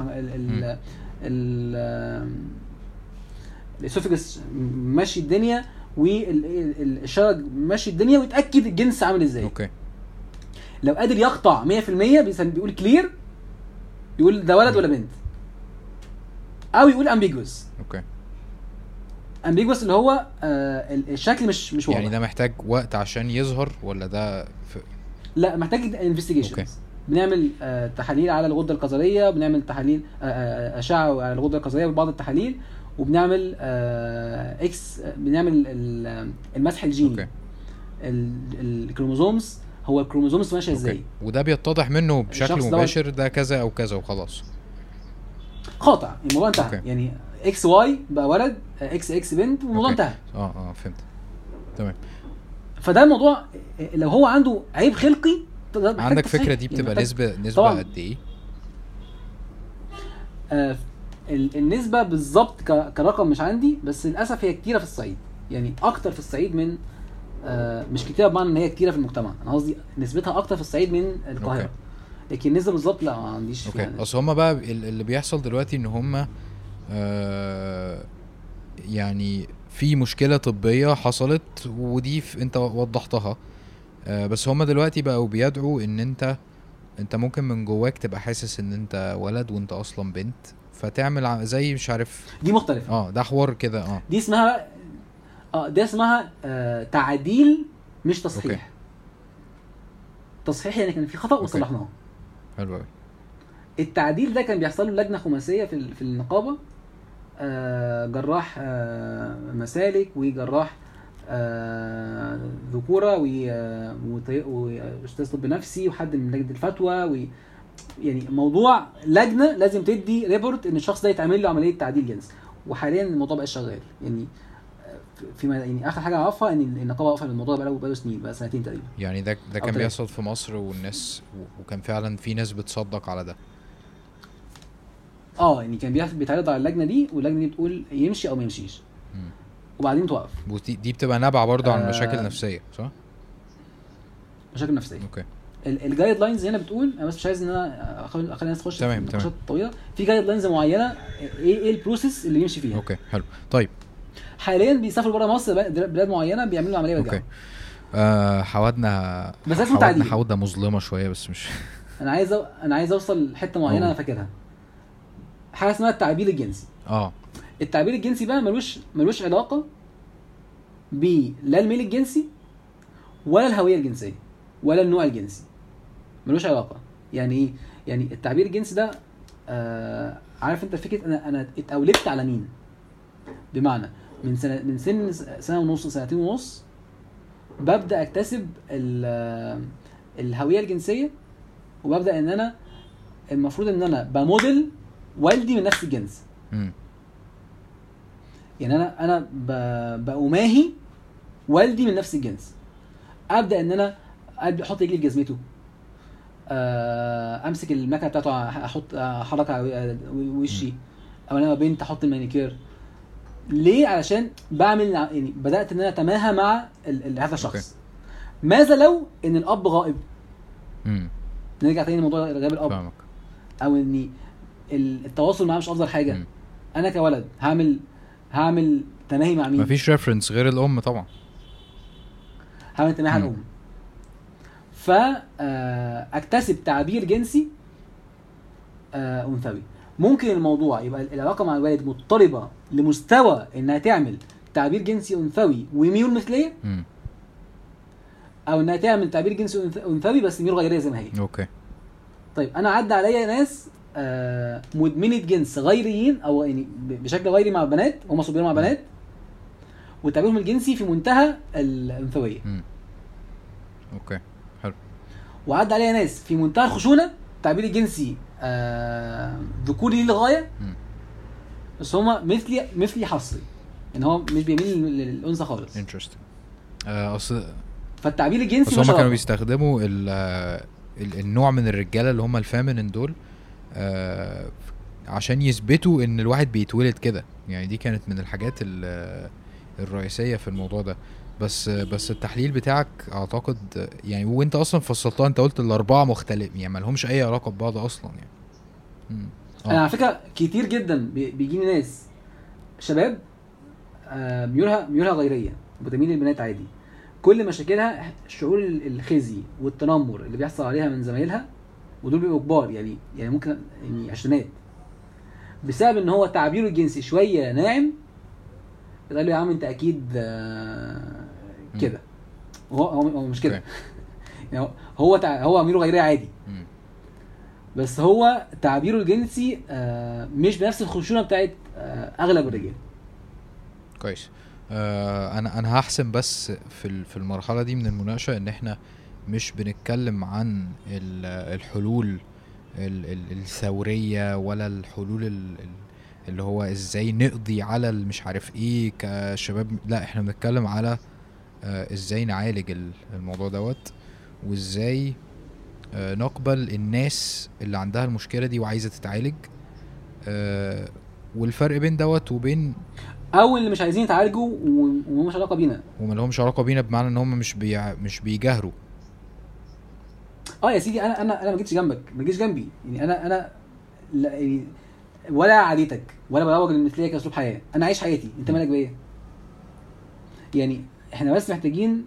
الاسوفجس ماشي الدنيا والشرج ماشي الدنيا، ويتاكد الجنس عامل ازاي. اوكي. لو قادر يقطع 100% بيقول كلير، يقول ده ولد ولا بنت، او يقول امبيجوس. اوكي. امبيجوس اللي هو الشكل مش واضح. يعني ده محتاج وقت عشان يظهر ولا ده لا محتاج انفستيجيشن. بنعمل تحاليل على الغده القذريه، بنعمل تحاليل اشعه على الغده القذريه وبعض التحاليل، وبنعمل بنعمل المسح الجيني. اوكي. الكروموزومز، هو الكروموزومز ماشيه ازاي، وده بيتضح منه بشكل مباشر ده كذا او كذا وخلاص. قاطع الموضوع انتهى. يعني اكس واي بقى ولد، اكس اكس بنت، والموضوع انتهى. فهمت. تمام. فده الموضوع لو هو عنده عيب خلقي. عندك فكره دي بتبقى يعني نسبه قد ايه؟ النسبه بالظبط كرقم مش عندي، بس للاسف هي كتيره في الصعيد، يعني اكتر في الصعيد من مش كتيره بمعنى ان هي كتيره في المجتمع، انا قصدي نسبتها اكتر في الصعيد من القاهره. لكن النسبه بالظبط لا ما عنديش فيها. اوكي. اصل هم بقى اللي بيحصل دلوقتي ان هم يعني في مشكله طبيه حصلت، ودي انت وضحتها، بس هم دلوقتي بقوا بيدعوا ان انت ممكن من جواك تبقى حاسس ان انت ولد وانت اصلا بنت، فتعمل زي مش عارف. دي مختلفه. ده حوار كده. دي اسمها ده اسمها تعديل مش تصحيح. أوكي. تصحيح يعني كان في خطأ وصلحناه. حلو قوي. التعديل ده كان بيحصل له لجنه خماسيه في النقابه، جراح مسالك وجراح ذكوره واستاذ طب نفسي وحد من لجنه الفتوى، يعني موضوع لجنه لازم تدي ريبورت ان الشخص ده يتعمل له عمليه تعديل جنس. وحاليا الموضوع بقى شغال يعني يعني اخر حاجه اعرفها ان النقابه واقفه الموضوع بقى سنين، بقى سنتين تقريبا. يعني ده كان بيحصل في مصر والناس وكان فعلا في ناس بتصدق على ده. يعني كان بيتعرض على اللجنه دي، واللجنه دي بتقول يمشي او ما يمشيش، وبعدين توقف. دي بتبقى نابعه برضه عن مشاكل نفسيه، صح؟ مشاكل نفسيه. اوكي. الجايد لاينز هنا بتقول، انا بس مش عايز ان انا اخلي الناس تخش في نقاشات طويله، في جايد لاينز معينه ايه البروسيس اللي يمشي فيها. اوكي حلو. طيب حاليا بيسافروا بره مصر بلاد معينه بيعملوا عمليه ويرجعوا. اوكي. حودنا بس اسمه تعديل. حوده مظلمه شويه بس مش انا عايز اوصل لحته معينه انا فاكرها، حاجه اسمها التعبير الجنسي. التعبير الجنسي بقى ملوش علاقه لا الميل الجنسي ولا الهويه الجنسيه ولا النوع الجنسي، ملوش علاقه. يعني ايه؟ يعني التعبير الجنسي ده عارف انت فكره انا اتولدت على مين، بمعنى من سنه ونص، سنتين ونص ببدا اكتسب الهويه الجنسيه، وببدا ان انا المفروض ان انا بموديل والدي من نفس الجنس. يعني انا بأماهي والدي من نفس الجنس. ابدا ان انا احط رجلي في جزمته، امسك المكنه بتاعته، احرك على وشي، او انا بنت احط المانيكير. ليه؟ علشان بعمل يعني بدات ان انا اتماهى مع هذا الشخص. ماذا لو ان الاب غائب؟ نرجع تاني لموضوع غياب الاب. فاهمك. او ان التواصل معاه مش افضل حاجه. انا كولد هعمل تماهي مع مين؟ مفيش ريفرنس غير الام طبعا. هعمل تماهي على الام. فاكتسب تعبير جنسي انثوي. ممكن الموضوع يبقى العلاقه مع الوالد مضطربه لمستوى انها تعمل تعبير جنسي انثوي وميول مثليه، او انها تعمل تعبير جنسي انثوي بس ميول غيريه زي ما هي. اوكي. طيب انا عدى عليا ناس مدمنه جنس غيريين او يعني بشكل غيري مع بنات، هم صبيان مع بنات، وتعبيرهم الجنسي في منتهى الانثويه. اوكي حلو. وعدى عليا ناس في منتهى الخشونه، تعبير الجنسي ذكوري للغايه، بس هما مثلي حصري، ان هو مش بيميل للانثى خالص. انترستنج. اصل فالتعبير الجنسي بس هما كانوا بيستخدموا النوع من الرجاله اللي هم الفامينين دول عشان يثبتوا ان الواحد بيتولد كده. يعني دي كانت من الحاجات الرئيسيه في الموضوع ده. بس التحليل بتاعك اعتقد يعني، وانت اصلا فصلتها، انت قلت الاربعه مختلف يعني ما لهمش اي علاقه ببعض اصلا يعني. انا على فكره كتير جدا بيجيني ناس شباب ميولها غيريه، بتميل للبنات عادي، كل مشاكلها الشعور الخزي والتنمر اللي بيحصل عليها من زمايلها، ودول بيبقوا كبار يعني ممكن يعني عشرينات، بسبب ان هو تعبيره الجنسي شويه ناعم. قال له يا عم انت اكيد كده، هو مش كده يعني هو ميوله غيريه عادي، بس هو تعبيره الجنسي مش بنفس الخشونه بتاعت اغلب الرجال. كويس. انا هحسن بس في المرحله دي من المناقشه ان احنا مش بنتكلم عن الحلول الثوريه ولا الحلول اللي هو ازاي نقضي على المش عارف ايه كشباب. لا، احنا بنتكلم على ازاي نعالج الموضوع دوت، وازاي نقبل الناس اللي عندها المشكله دي وعايزه تتعالج، والفرق بين دوت وبين او اللي مش عايزين يتعالجوا ومش علاقه بينا، وما لهمش علاقه بينا، بمعنى ان هم مش بيجاهروا. يا سيدي انا ما جيتش جنبك، ما جيتش جنبي يعني، انا لا يعني ولا عاديتك ولا بروج للمثليه كاسلوب حياه، انا عايش حياتي، انت مالك بيا؟ يعني احنا بس محتاجين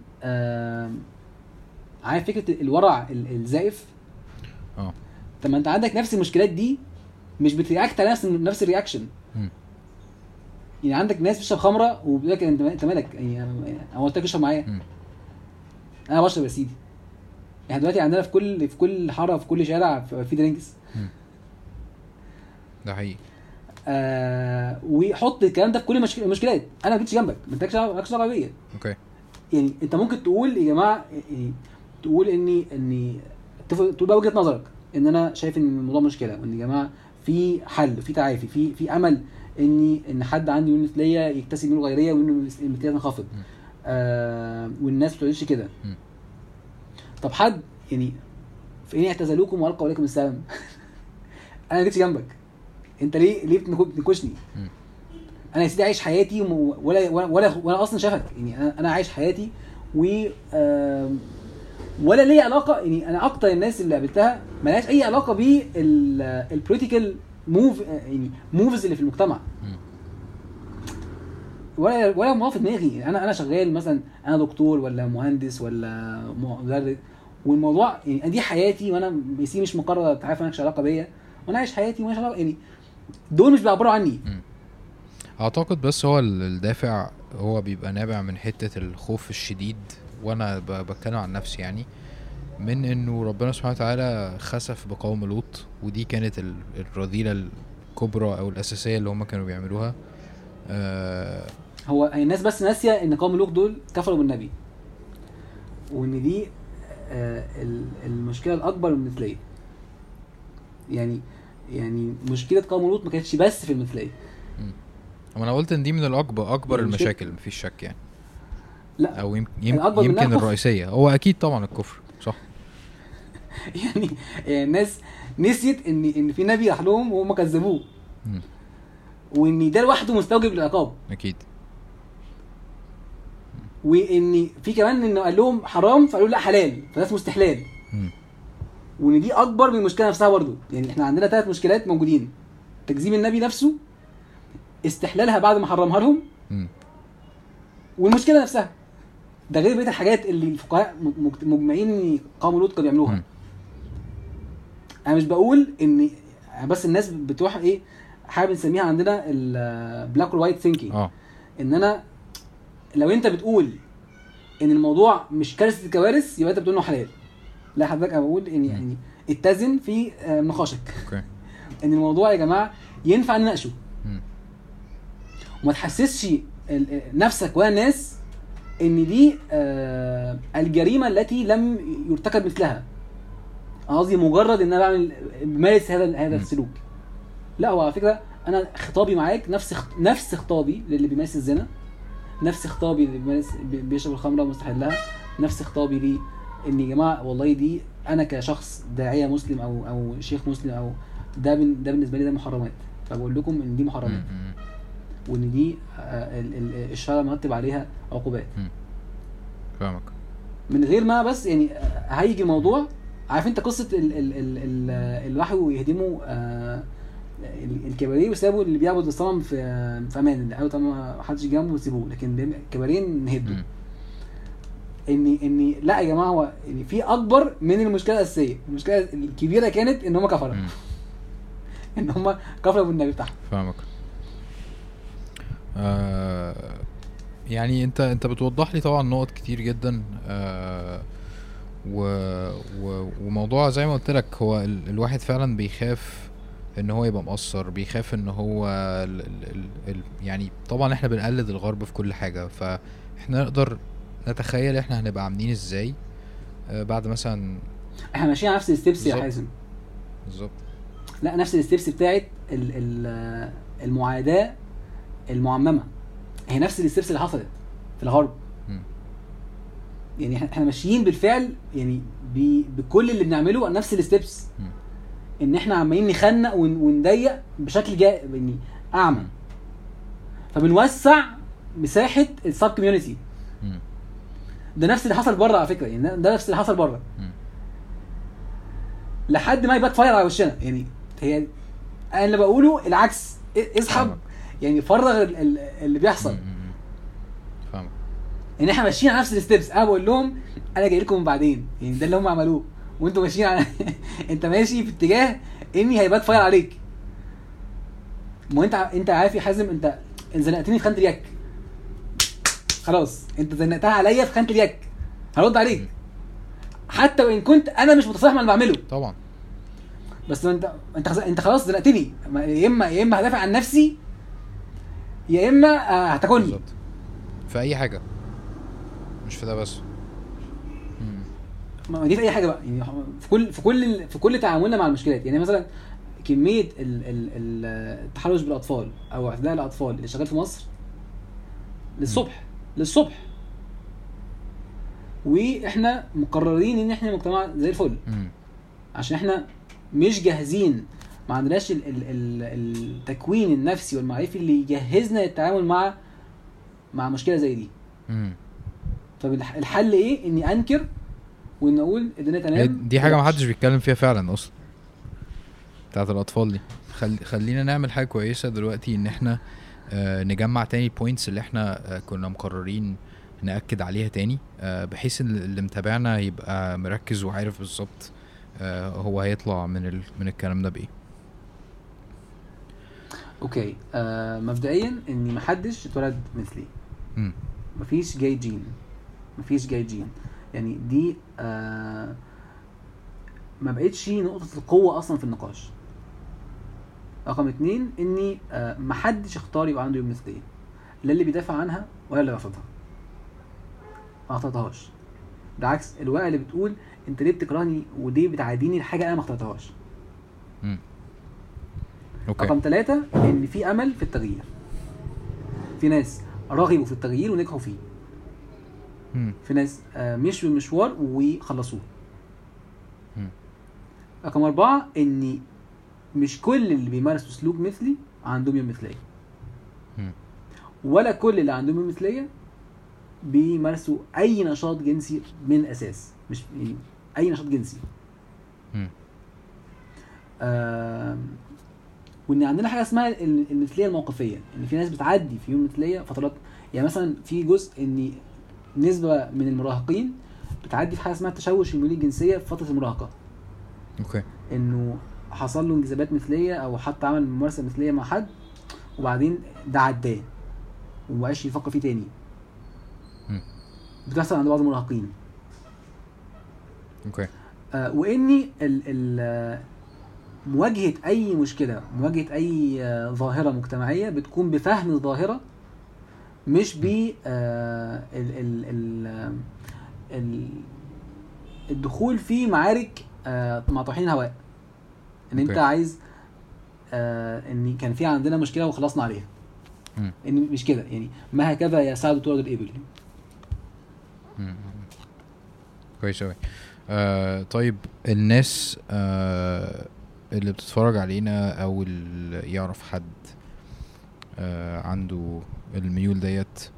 عارف فكره الورع الزائف. طب ما انت عندك نفس المشكلات دي، مش بترياكت على نفس الرياكشن. يعني عندك ناس بتشرب خمره وبيقول لك انت مالك، يعني انا قلت لك اشرب معايا، انا بشرب يا سيدي. احنا دلوقتي عندنا في كل حاره في كل شارع في درينكس. ده حقيقي. ويحط الكلام ده في كل المشكلات. انا ما جيتش جنبك، ما انتكش دعوه بيا. اوكي. يعني انت ممكن تقول يا جماعه، تقول اني تقول بقى وجهه نظرك ان انا شايف ان الموضوع مشكله، وان يا جماعه في حل، في تعافي، في امل ان حد عنده ميول مثليه يكتسب ميول غيريه، وانه المثليه تنخفض. والناس ما بتقولش كده. طب حد يعني فإن اعتزلوكم والقوا عليكم السلام انا جيتش جنبك، انت ليه بتنكشني؟ انا يا سيدي عايش حياتي ولا اصلا شافك، يعني انا عايش حياتي ولا ليه علاقه. يعني انا اكتر الناس اللي قابلتها مالهاش اي علاقه بالبوليتيكال يعني موفز اللي في المجتمع، ولا موافق دماغي. انا شغال مثلا، انا دكتور ولا مهندس ولا مدرس، والموضوع يعني دي حياتي، وانا بيسي مش مقرر تعرف انك علاقه بيا، وانا عايش حياتي ومش علاقه. يعني دول مش بيعبروا عني. اعتقد بس هو الدافع هو بيبقى نابع من حته الخوف الشديد، وانا بتكلم عن نفسي يعني، من انه ربنا سبحانه وتعالى خسف بقوم لوط، ودي كانت الرذيله الكبرى او الاساسيه اللي هم كانوا بيعملوها. هو الناس بس ناسيه ان قوم لوط دول كفروا بالنبي، وان دي المشكله الاكبر من المثليه. يعني مشكله قوم لوط ما كانتش بس في المثليه. انا قلت ان دي من اكبر المشاكل، مفيش شك يعني. لا، او يمكن الرئيسيه هو اكيد طبعا الكفر، صح. يعني الناس نسيت ان في نبي راح لهم وهم كذبوه، وان ده لوحده مستوجب للعقاب اكيد، وان في كمان انه قال لهم حرام فقالوا لا حلال، فده اسمه استحلال. وان دي اكبر من المشكله نفسها برضو. يعني احنا عندنا 3 مشكلات موجودين: تكذيب النبي نفسه، استحلالها بعد ما حرمها لهم، والمشكله نفسها. ده غير بقيه الحاجات اللي الفقهاء مجمعين ان قوم لوط كانوا بيعملوها. انا مش بقول ان بس الناس بتروح حابب نسميها عندنا البلاك اور وايت ثينكينج، ان انا لو انت بتقول ان الموضوع مش كارثه الكوارث يبقى انت بتقول انه حلال. لا حضرتك، انا بقول ان يعني اتزن في نقاشك. اوكي. ان الموضوع يا جماعه ينفع نناقشه مم. وما تحسسش نفسك ولا الناس ان دي الجريمه التي لم يرتكب مثلها. قصدي مجرد ان انا بمارس هذا السلوك. لا، هو على فكره انا خطابي معاك نفس خطابي للي بيمارس الزنا، نفس خطابي اللي بيشرب الخمره ومستحلها، نفس خطابي ليه ان يا جماعه والله دي انا كشخص داعيه مسلم او شيخ مسلم او ده بالنسبه لي ده محرمات، فبقول لكم ان دي محرمات وان دي الشرع مرتب عليها عقوبات. فاهمك. من غير ما بس يعني هيجي الموضوع، عارف انت قصه اللي راحوا يهدموا الكباريه وسابوا اللي بيعبد الصنم في امان، اللي قالوا طبعا ما حدش جنبه وسيبوه، لكن الكباريه نهدوا. اني لا يا جماعه، هو يعني في اكبر من المشكله الاساسيه. المشكله الكبيره كانت ان هم كفروا ان هم كفروا بالنبي بتاعهم. فاهمك. يعني انت بتوضح لي طبعا نقط كتير جدا. وموضوع زي ما قلت لك، هو الواحد فعلا بيخاف ان هو يبقى مقصر، بيخاف ان هو يعني طبعا احنا بنقلد الغرب في كل حاجة، فاحنا نقدر نتخيل احنا هنبقى عاملين ازاي بعد مثلا احنا ماشيين على نفس الستيبس يا حازم. بالظبط. لا، نفس الستيبس بتاعت المعاداة المعممة، هي نفس الستيبس اللي حصلت في الغرب. يعني احنا ماشيين بالفعل يعني بكل اللي بنعمله نفس الستيبس، ان احنا عمالين نخنق ونضيق بشكل يعني اعمى، فبنوسع مساحة السب كوميونتي. ده نفس اللي حصل بره على فكرة، يعني ده نفس اللي حصل بره لحد ما يبقى فاير على وشنا. يعني هي انا اللي بقوله العكس، اسحب يعني فرغ اللي بيحصل. فاهم ان احنا ماشيين على نفس الستيبس. انا بقول لهم انا جاي لكم بعدين، يعني ده اللي هم عملوه وانتوا ماشيين على انت ماشي في اتجاه اني هيبقى فاير عليك. ما انت عارف يا حازم، انت زنقتني في خانه اليك، خلاص انت زنقتها عليا في خانه اليك، هرد عليك حتى وان كنت انا مش متصالح مع اللي بعمله طبعا. بس انت خلاص زنقتني، يا اما هدافع عن نفسي يا اما هتاكلني بالظبط في اي حاجه، مش في ده بس. ما دي في اي حاجه بقى، يعني في كل تعاملنا مع المشكلات. يعني مثلا كميه التحرش بالاطفال او اعتداء الاطفال اللي شغال في مصر للصبح واحنا مقررين ان احنا مجتمع زي الفل عشان احنا مش جاهزين، ما عندناش التكوين النفسي والمعرفي اللي يجهزنا للتعامل مع مشكله زي دي. فالحل ايه؟ اني انكر وان اقول الدنيا تمام. دي حاجه ما حدش بيتكلم فيها فعلا اصلا، بتاعت الاطفال دي. خلينا نعمل حاجه كويسه دلوقتي، ان احنا نجمع تاني البوينتس اللي احنا كنا مقررين نأكد عليها تاني، بحيث ان اللي متابعنا يبقى مركز وعارف بالظبط هو هيطلع من الكلام ده بايه. اوكي. مبدئيا ان محدش اتولد مثلي. مفيش جاي جين. يعني دي ما بقتش نقطة القوة اصلا في النقاش. رقم 2 اني محدش اختار يبقى عنده مثلية، لا اللي بيدافع عنها ولا اللي رفضها. ما اخترتهاش، بالعكس الورقة اللي بتقول انت ليه بتكرهني وليه بتعاديني الحاجة انا ما اخترتهاش. رقم 3 ان في امل في التغيير، في ناس رغبوا في التغيير ونجحوا فيه، في ناس مشوا المشوار وخلصوه. رقم 4 ان مش كل اللي بيمارسوا سلوك مثلي عندهم يوم مثلية، ولا كل اللي عندهم يوم مثلية بيمارسوا اي نشاط جنسي من الاساس، مش يعني اي نشاط جنسي. وان عندنا حاجه اسمها المثليه الموقفيه، ان في ناس بتعدي في يوم مثليه فترات. يعني مثلا في جزء ان نسبه من المراهقين بتعدي في حاجه اسمها التشوش الميولي الجنسيه في فتره المراهقه. اوكي. انه حصل له انجذابات مثليه او حتى عمل ممارسه مثليه مع حد وبعدين ده عداه ومبقاش يفكر فيه تاني. بتحصل عند بعض المراهقين. اوكي. واني مواجهه اي مشكله، مواجهه اي ظاهره مجتمعيه بتكون بفهم الظاهره، مش ب الدخول في معارك مع طحين الهواء. ان انت عايز ان كان في عندنا مشكله وخلصنا عليها. ان مش كده يعني، ما هكذا يا سعد تولد الابل. كويس اوي. طيب الناس اللي بتتفرج علينا او اللي يعرف حد عنده الميول ديت،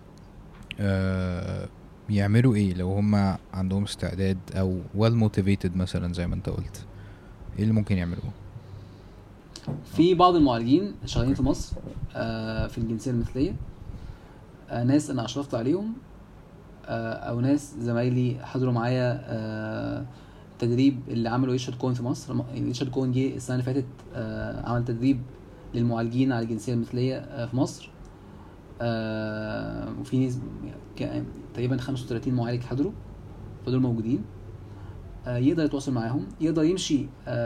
يعملوا ايه لو هم عندهم استعداد او well motivated مثلا زي ما انت قلت؟ ايه اللي ممكن يعملوه؟ في بعض المعالجين شغالين في مصر في الجنسيه المثليه، ناس انا اشرفت عليهم، او ناس زمايلي حضروا معايا تدريب اللي عمله ريتشارد كوهن في مصر. ريتشارد كوهن جه السنه اللي فاتت عمل تدريب للمعالجين على الجنسيه المثليه في مصر، وفي ناس تقريبا 35 معالج حضروا، فدول موجودين. يقدر يتواصل معاهم، يقدر يمشي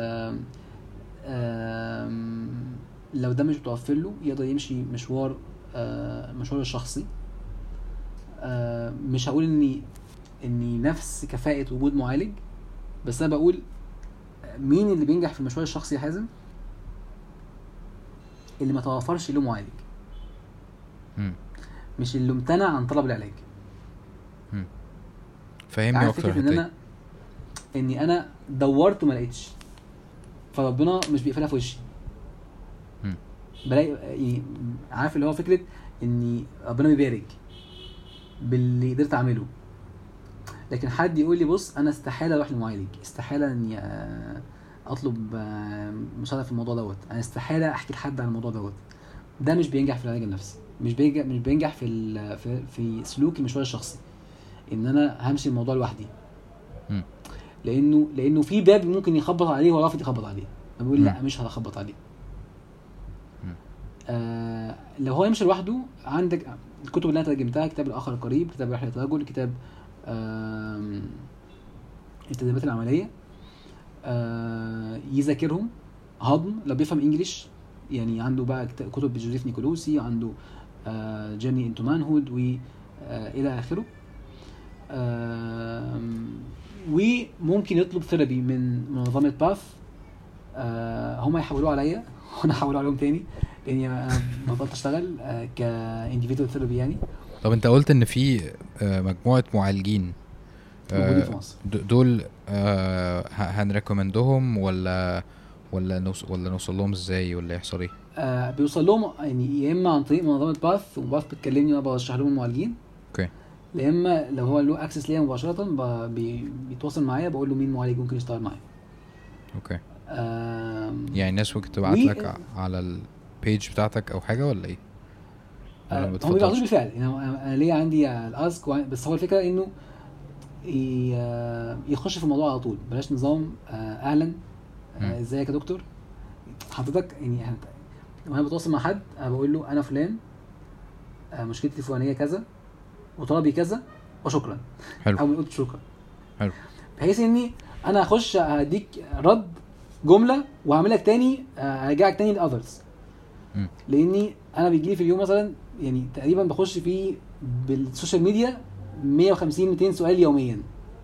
لو ده مش متوفر له، يقدر يمشي مشوار الشخصي. مش هقول اني نفس كفاءة وجود معالج، بس انا بقول مين اللي بينجح في المشوار الشخصي يا حازم؟ اللي ما توفرش له معالج، مش اللي امتنع عن طلب العلاج. فهمني اكتر. اني انا دورت وما لقيتش، فربنا مش بيقفلها في وشي. بلاقي يعني، عارف اللي هو فكرة اني ربنا بيبارك باللي قدرت اعمله، لكن حد يقول لي بص انا استحالة اروح لمعالج، استحالة اني اطلب مساعدة في الموضوع دوت، انا استحالة احكي لحد عن الموضوع دوت، ده مش بينجح في العلاج النفسي، مش بينجح في سلوك المشوار الشخصي، ان انا همشي الموضوع لوحدي. لانه في باب ممكن يخبط عليه ورافض يخبط عليه، بقول لا مش هخبط عليه. لو هو يمشي لوحده، عندك الكتب اللي انا ترجمتها، كتاب الاخر القريب، كتاب رحلة الرجل، كتاب التدريبات العملية، يذاكرهم هضم لو بيفهم انجليش. يعني عنده بقى كتب جوزيف نيكولوسي، عنده جيرني انتو مانهود والى اخره. وممكن يطلب ثيرابي من منظمة باث، هم يحولوا عليا وانا احولوا عليهم تاني، لاني انا بطلت اشتغل كانديفيدوال ثيرابي يعني. طب انت قلت ان في مجموعة معالجين موجودين في مصر، دول هنريكومندهم ولا نوصل لهم ازاي، ولا يحصل ايه؟ بيوصل لهم يعني يا اما عن طريق منظمة باث، وباث بتكلمني وانا برشح لهم المعالجين. اوكي. يا اما لو هو له اكسس ليا مباشرة بيتواصل معايا، بقول له مين معالج ممكن يشتغل معايا. اوكي. يعني الناس ممكن تبعت لك على البيج بتاعتك او حاجة ولا ايه؟ هم بيبعتوا لي بالفعل يعني. انا ليه عندي الاسك، بس هو الفكرة انه يخش في الموضوع على طول، بلاش نظام اهلا ازيك يا دكتور حضرتك. يعني وانا بتواصل مع حد انا بقول له انا فلان، مشكلتي الفلانيه كذا وطلبي كذا وشكرا. حلو. او قلت شكرا. حلو. بحيث اني انا اخش هديك رد جمله وهعمل لك تاني، هرجعك تاني لاذرز. لاني انا بيجي لي في اليوم مثلا يعني تقريبا بخش فيه بالسوشيال ميديا 150-200 سؤال يوميا.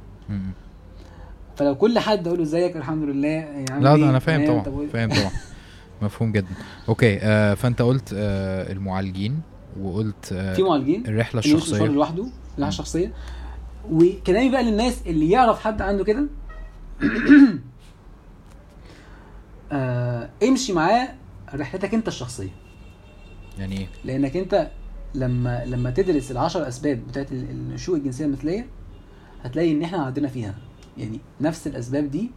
فلو كل حد اقول له ازيك الحمد لله يعني لا انا فاهم طبعا، فاهم طبعا. مفهوم جدا. اوكي. فانت قلت المعالجين، وقلت في معالجين الرحله الشخصيه لوحده، الرحله الشخصيه. وكلامي بقى للناس اللي يعرف حد عنده كده امشي معاه رحلتك انت الشخصيه. يعني ايه؟ لانك انت لما تدرس 10 اسباب بتاعت النشوء الجنسيه المثليه، هتلاقي ان احنا عدينا فيها، يعني نفس الاسباب دي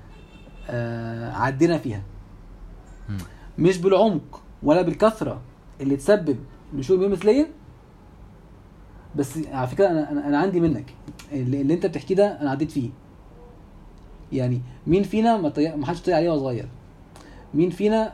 عدينا فيها. مش بالعمق ولا بالكثره اللي تسبب نشوء المثليه، بس على فكره انا عندي منك اللي انت بتحكيه ده انا عديت فيه. يعني مين فينا ما حدش طلع عليه وهو صغير؟ مين فينا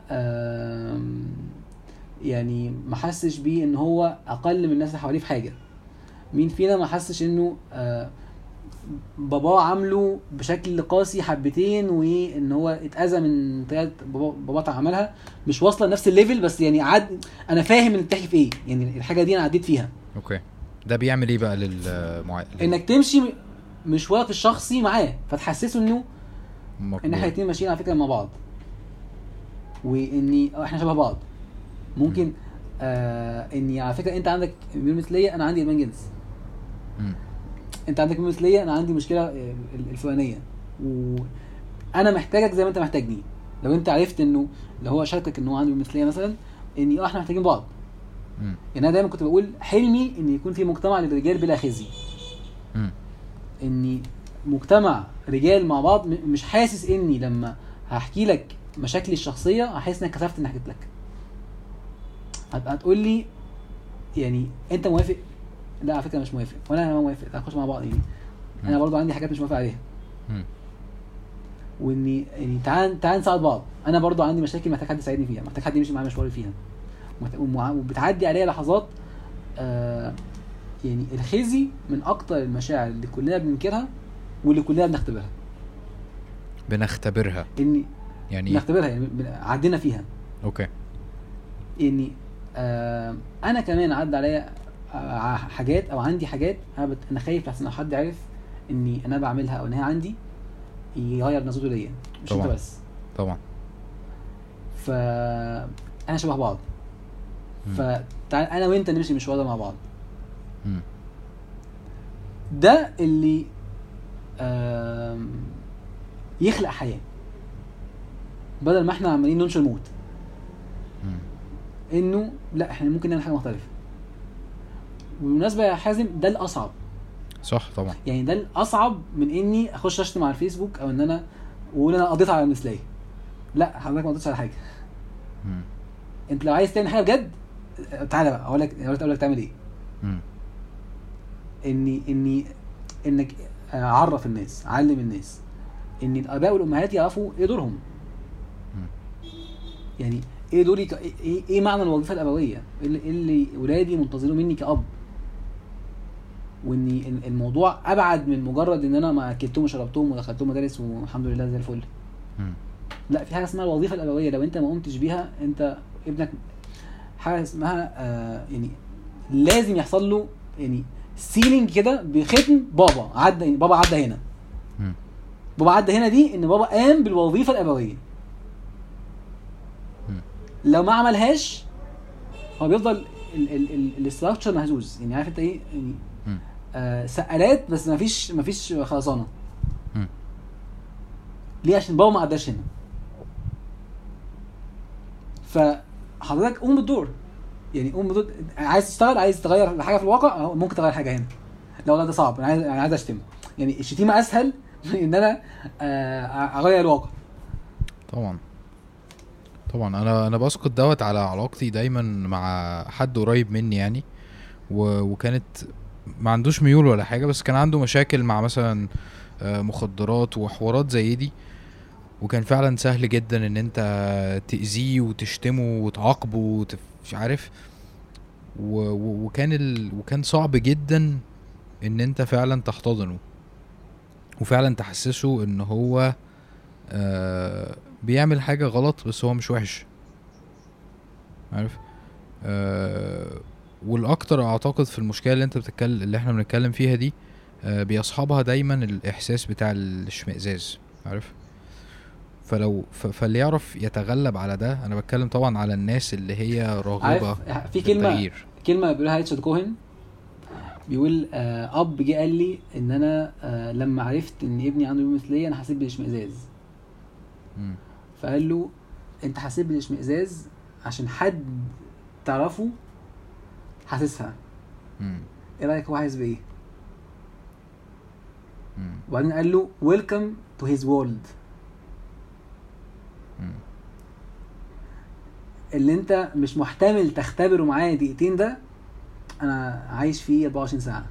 يعني ما حسش بيه ان هو اقل من الناس اللي حواليه في حاجه؟ مين فينا ما حسش انه باباه عامله بشكل قاسي حبتين، وان هو اتاذى من طريقه باباه عملها مش واصله لنفس الليفل، بس يعني انا فاهم انت بتحكي في ايه، يعني الحاجه دي انا عديت فيها. اوكي. ده بيعمل ايه بقى انك تمشي مشوارك الشخصي معاه، فتحسسه انه مقبول. ان احنا الاتنين ماشيين على فكره مع بعض، واني احنا شبه بعض. ممكن اني على فكره انت عندك ميول مثليه، انا عندي ادمان جنس. انت عندك ميول مثليه، انا عندي مشكله الفلانيه، وانا محتاجك زي ما انت محتاجني. لو انت عرفت انه لو هو شاركك انه عنده ميول مثليه مثلا، اني احنا محتاجين بعض. يعني انا دايما كنت بقول حلمي ان يكون في مجتمع للرجال بلا خزي. اني مجتمع رجال مع بعض، مش حاسس اني لما هحكي لك مشاكلي الشخصيه هحس انك كسفت اني حكيت لك. هتقول لي يعني انت موافق؟ لا على فكره مش موافق، وانا ما موافق، هنخش مع بعض يعني. انا برضو عندي حاجات مش موافق عليها. واني يعني تعال نساعد بعض. انا برضو عندي مشاكل محتاج حد يساعدني فيها، محتاج حد يمشي معايا مشواري فيها، وبتعدي عليا لحظات يعني الخزي من اكتر المشاعر اللي كلنا بننكرها واللي كلنا بنختبرها. اني يعني بنختبرها، يعني عدينا فيها. اوكي. اني انا كمان عدى عليا حاجات، او عندي حاجات انا خايف لحسن لو حد عرف اني انا بعملها او ان هي عندي يغير نظرته ليا، مش انت بس. طبعا. انا شبه بعض، فتعال انا وانت نمشي مشوار مع بعض. ده اللي يخلق حياة، بدل ما احنا عمالين ننشر الموت. انه لا، احنا ممكن نعمل حاجة مختلفة. وبالمناسبة يا حازم، ده الأصعب. صح طبعا. يعني ده الأصعب من اني اخش اشتم على الفيسبوك، او ان انا اقول انا قضيت على المثلية. لا، حضرتك ما قضيتش على حاجة. انت لو عايز تعمل حاجة بجد، تعالى بقى اقول لك تعمل ايه. انك اعرف الناس، علم الناس ان الاباء والامهات يعرفوا ايه دورهم. يعني ايه دوري ايه معنى الوظيفه الابويه، اللي ولادي منتظرين مني كأب. وان الموضوع ابعد من مجرد ان انا ما اكلتهم وشربتهم ودخلتهم مدارس والحمد لله زي الفل. لا، في حاجه اسمها الوظيفه الابويه. لو انت ما قمتش بيها، انت ابنك حاجه اسمها يعني لازم يحصل له يعني سيلينج كده بختم بابا عدى هنا. بابا عدى هنا دي ان بابا قام بالوظيفه الابويه. لو ما عملهاش هو بيفضل الاستراكشر مهزوز. يعني عارف انت ايه يعني سقالات بس ما فيش خرسانه. ليه؟ عشان بابا ما عداش هنا. فحضرتك قوم بالدور. يعني قوم بالدور. عايز تشتغل، عايز تغير حاجه في الواقع، ممكن تغير حاجه هنا. لو لا ده صعب، انا عايز اشتم. يعني الشتيمه اسهل من ان انا اغير الواقع. طبعا انا بسقط دوت على علاقتي دايما مع حد قريب مني يعني، وكانت ما عندوش ميول ولا حاجه، بس كان عنده مشاكل مع مثلا مخدرات وحوارات زي دي، وكان فعلا سهل جدا ان انت تأذيه وتشتمه وتعاقبه مش عارف، وكان صعب جدا ان انت فعلا تحتضنه وفعلا تحسسه ان هو بيعمل حاجة غلط بس هو مش وحش، عارف. والاكتر اعتقد في المشكلة اللي احنا بنتكلم فيها دي بيصحبها دايما الاحساس بتاع الاشمئزاز، عارف. فاللي يعرف يتغلب على ده، انا بتكلم طبعا على الناس اللي هي راغبة في كلمة بيقولها ريتشارد كوهن، بيقول اب جه قال لي ان انا لما عرفت ان ابني عنده مثلية انا حسيت بالاشمئزاز. فقال له انت حسيت بالاشمئزاز عشان حد تعرفه حاسسها. ايه رايك هو حاسس بايه؟ وبعدين قال له welcome to his world. اللي انت مش محتمل تختبره معايا دقيقتين ده انا عايش فيه 24 ساعة.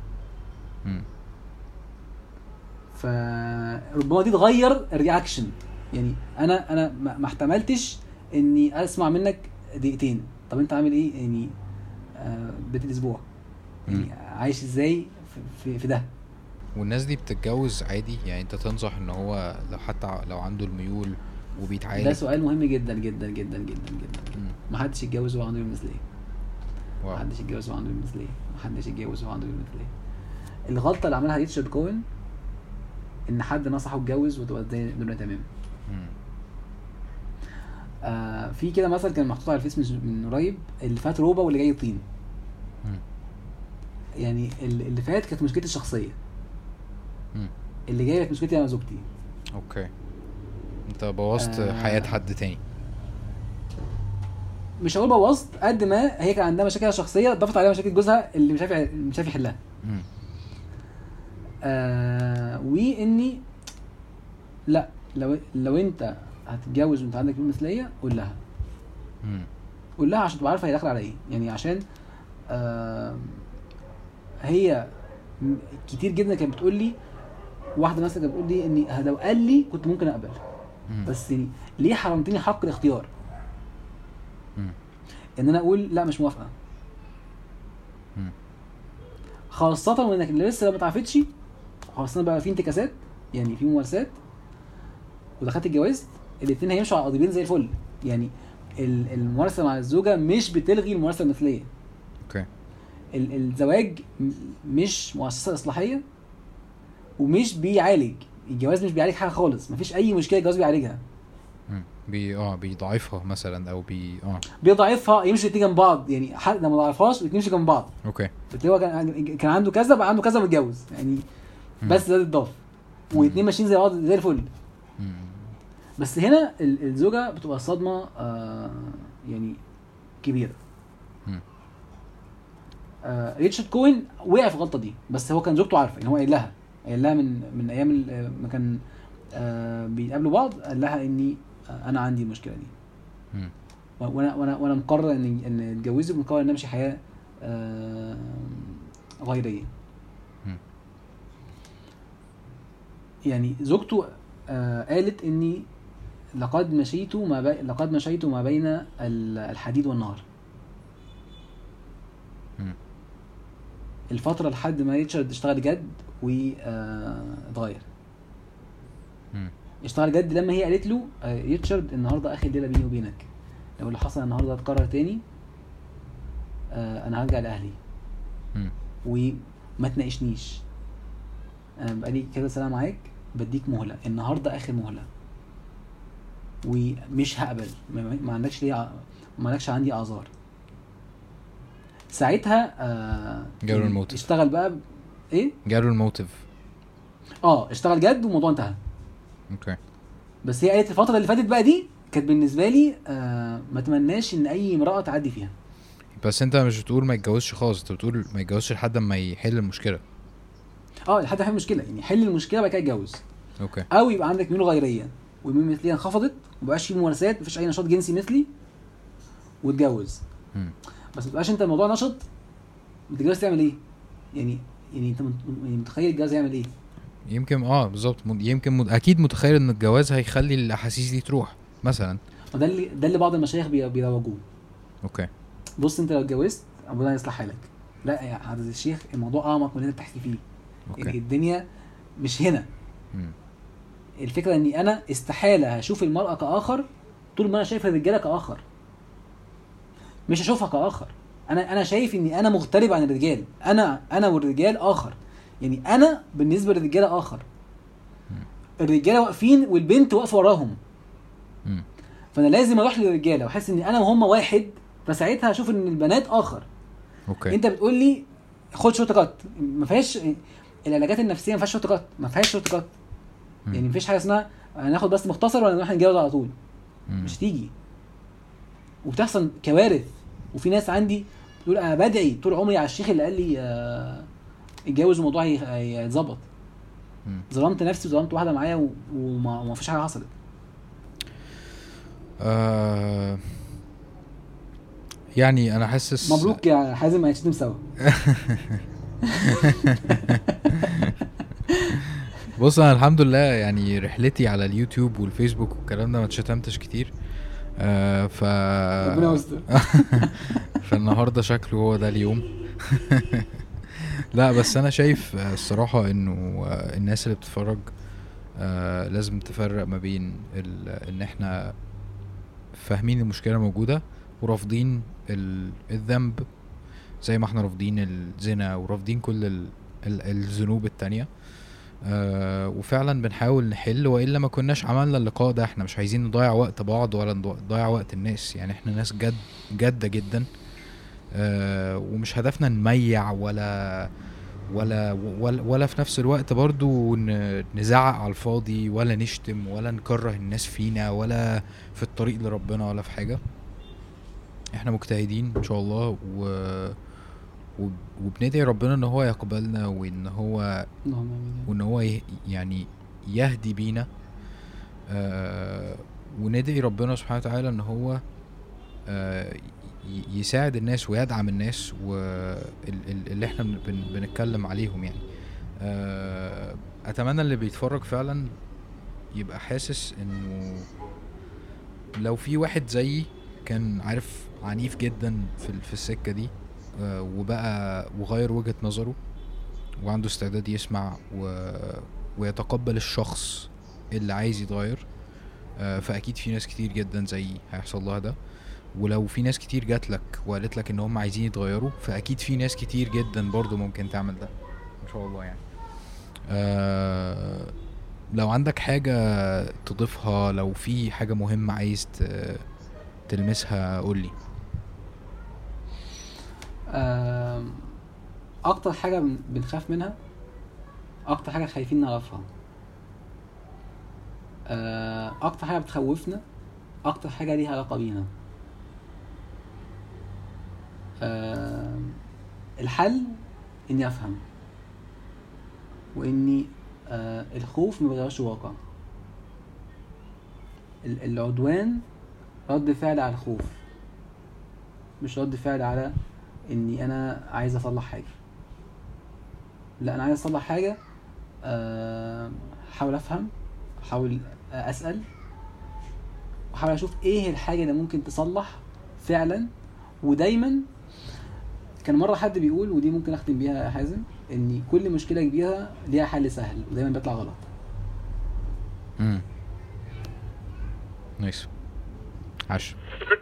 فربما دي تغير الرياكشن. يعني انا ما احتملتش اني اسمع منك دقيقتين. طب انت عامل ايه يعني بيت الاسبوع؟ يعني عايش ازاي في ده؟ والناس دي بتتجوز عادي يعني؟ انت تنصح ان هو لو حتى لو عنده الميول وبيتعالج؟ ده سؤال مهم جدا جدا جدا جدا جدا. مم. محدش يتجوز وهو عنده المثليه. واو. محدش يتجوز وهو عنده المثليه. محدش يتجوز وهو عنده المثليه. الغلطه اللي عملها ريتشارد كوين ان حد نصحه يتجوز وتبقى الدنيا تمام. مم. في كده مثل كان محطوط على الفيس من قريب، اللي فات روبه واللي جاي طين. مم. يعني اللي فات كانت مشكلتي الشخصيه، مم. اللي جاي كانت مشكلتي انا وزوجتي. اوكي، انت بوظت حياة حد تاني. مش هقول بوظت قد ما هي كان عندها مشاكل شخصيه ضافت عليها مشاكل جوزها اللي مش عارف يحلها. مم. واني لا، لو انت هتتجوز وانت عندك مثليه قول لها. مم. قول لها عشان تبقى عارفه هي داخله على ايه. يعني عشان هي كتير جدا كانت بتقول لي، واحده مثلا كانت بتقول لي اني لو قال لي كنت ممكن اقبل، بس يعني ليه حرمتني حق الاختيار؟ ان انا اقول لا مش موافقه. خاصه وانك لسه ما اتعافتش، خاصه بقى في انتكاسات، يعني في ممارسات ودخلت الجواز، الاثنين هيمشوا على قضيبين زي الفل. يعني الممارسه مع الزوجه مش بتلغي الممارسه المثليه. اوكي. الزواج مش مؤسسه اصلاحيه ومش بيعالج. الجواز مش بيعالج حاجه خالص، مفيش اي مشكله الجواز بيعالجها. بيضعفها مثلا او بيضعفها، يمشي الاتنين جنب بعض. يعني حد لما ضعفهاش الاتنين يمشي جنب بعض. اوكي. هو كان عنده كذا بقى عنده كذا متجوز يعني. بس ده اتضاف واثنين ماشيين زي بعض زي الفل. بس هنا الزوجه بتبقى الصدمه يعني كبيره. ريتشارد كوين وقع في الغلطه دي، بس هو كان زوجته عارفه. يعني هو قايل لها من ايام ما كان بيقابلوا بعض، قال لها اني انا عندي المشكله دي. وانا مقرر ان اتجوزك، ومقرر ان امشي حياه غيريه. يعني زوجته قالت اني لقد مشيت ما بين الحديد والنار. الفتره لحد ما ريتشارد اشتغل جد واتغير. اشتغل جد لما هي قالت له ريتشارد النهارده اخر ليله بيني وبينك، لو اللي حصل النهارده اتكرر تاني انا هرجع لاهلي وما تناقشنيش. انا بقالي كذا سنه معاك، بديك مهله، النهارده اخر مهله ومش هقبل. ما عندكش عندي اعذار. ساعتها جالوا الموتيف. اشتغل بقى ايه؟ جالوا الموتيف. اشتغل جد والموضوع انتهى. اوكي. بس هي قالت الفتره اللي فاتت بقى دي كانت بالنسبه لي ما اتمناش ان اي امراه تعدي فيها. بس انت مش بتقول ما يتجوزش خالص، انت بتقول ما يتجوزش لحد ما يحل المشكله. لحد ما يحل المشكله، يعني حل المشكله بعد كده يتجوز. اوكي. او يبقى عندك ميول غيريه والميول مثليه انخفضت ومبقاش في ممارسات، مفيش اي نشاط جنسي مثلي، وتجوز. بس متبقاش انت الموضوع نشط بتتجوز تعمل ايه؟ يعني انت متخيل الجواز هيعمل ايه؟ يمكن بالظبط. يمكن اكيد متخيل ان الجواز هيخلي الاحاسيس دي تروح مثلا. ده اللي بعض المشايخ بيروجوه. اوكي. بص انت لو اتجوزت ربنا يصلح حالك. لا يا حضرتك الشيخ، الموضوع اعمق من اللي انت بتحكي فيه. يعني الدنيا مش هنا. الفكره اني انا استحاله هشوف المراه كاخر طول ما انا شايف الرجاله كاخر. مش هشوفها كاخر. انا شايف اني انا مغترب عن الرجال. انا والرجال اخر. يعني انا بالنسبه للرجاله اخر. الرجاله واقفين والبنت واقفه وراهم. فانا لازم اروح للرجاله واحس ان انا وهم واحد، فساعتها هشوف ان البنات اخر. اوكي. انت بتقول لي خد شورت كات، ما فيهاش العلاجات النفسيه، ما فيهاش شورت كات، ما فيهاش شورت كات. يعني ما فيش حاجه اسمها هناخد بس مختصر ولا نروح نتجوز على طول. مش تيجي. وبتحصل كوارث. وفي ناس عندي تقول انا بدعي طول عمري على الشيخ اللي قال لي اتجوز الموضوع هيتظبط. ظلمت نفسي وظلمت واحده معايا وما فيش حاجه حصلت. يعني انا حاسس مبروك يا حازم، هنشتم سوا. بص انا الحمد لله يعني رحلتي على اليوتيوب والفيسبوك والكلام ده ما اتشتمتش كتير. ربنا يستر. فالنهارده شكله هو ده اليوم. لا بس انا شايف الصراحة انه الناس اللي بتتفرج لازم تفرق ما بين ان احنا فاهمين المشكلة موجودة ورافضين الذنب، زي ما احنا رافضين الزنا ورافضين كل الذنوب التانية. وفعلا بنحاول نحل، وإلا ما كناش عملنا اللقاء ده. احنا مش عايزين نضيع وقت بعض ولا نضيع وقت الناس، يعني احنا ناس جادة جدا. ومش هدفنا نميع ولا في نفس الوقت برضو نزعق على الفاضي، ولا نشتم، ولا نكره الناس فينا، ولا في الطريق لربنا، ولا في حاجة. احنا مجتهدين ان شاء الله، وبندعي ربنا ان هو يقبلنا، وان هو اللهم امين. وان هو يعني يهدي بينا. وندعي ربنا سبحانه وتعالى ان هو يساعد الناس ويدعم الناس واللي احنا بنتكلم عليهم يعني. اتمنى اللي بيتفرج فعلا يبقى حاسس انه لو في واحد زيي كان عارف عنيف جدا في السكة دي، وبقى وغير وجهة نظره وعنده استعداد يسمع ويتقبل الشخص اللي عايز يتغير، فاكيد في ناس كتير جدا زيي هيحصل لها ده. ولو في ناس كتير جات لك وقالت لك ان هم عايزين يتغيروا، فاكيد في ناس كتير جدا برضو ممكن تعمل ده ان شاء الله يعني. لو عندك حاجة تضيفها، لو في حاجة مهمة عايز تلمسها قولي. اكتر حاجة بنخاف منها، اكتر حاجة خايفين نعرفها، اكتر حاجة بتخوفنا، اكتر حاجة ليها علاقة بينا. الحل اني افهم، واني الخوف ما بيغيرش واقع. العدوان رد فعل على الخوف، مش رد فعل على اني انا عايز اصلح حاجة. لا، انا عايز اصلح حاجة، حاول افهم، حاول اسأل، وحاول اشوف ايه الحاجة اللي ممكن تصلح فعلا. ودايما كان مرة حد بيقول، ودي ممكن اختم بيها يا حازم، ان كل مشكلة كبيرة ليها حل سهل ودايما بيطلع غلط. نايس. عاش.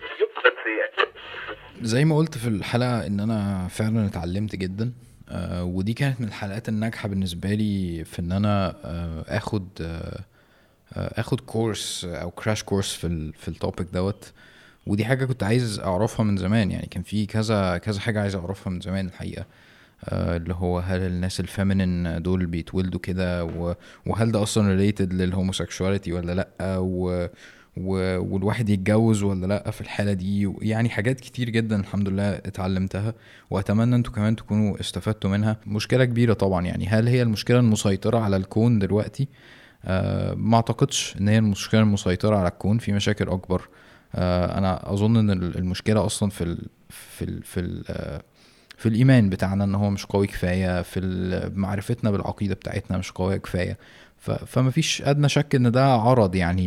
زي ما قلت في الحلقة ان انا فعلا اتعلمت جدا، ودي كانت من الحلقات الناجحة بالنسبة لي في ان انا اخد كورس او كراش كورس في التوبيك دوت. ودي حاجة كنت عايز اعرفها من زمان، يعني كان في كذا حاجة عايز اعرفها من زمان الحقيقة. اللي هو هل الناس الفيمينين دول بيتولدوا كده، وهل ده اصلا ريليتد للهوموسيكشواليتي ولا لا، والواحد يتجوز ولا لا في الحالة دي. يعني حاجات كتير جدا الحمد لله اتعلمتها، واتمنى انتوا كمان تكونوا استفدتوا منها. مشكلة كبيرة طبعا، يعني هل هي المشكلة المسيطرة على الكون دلوقتي؟ ما اعتقدش ان هي المشكلة المسيطرة على الكون، في مشاكل اكبر. انا اظن ان المشكلة اصلا في الايمان بتاعنا، ان هو مش قوي كفاية، في معرفتنا بالعقيدة بتاعتنا مش قوية كفاية. فما فيش ادنى شك ان ده عرض يعني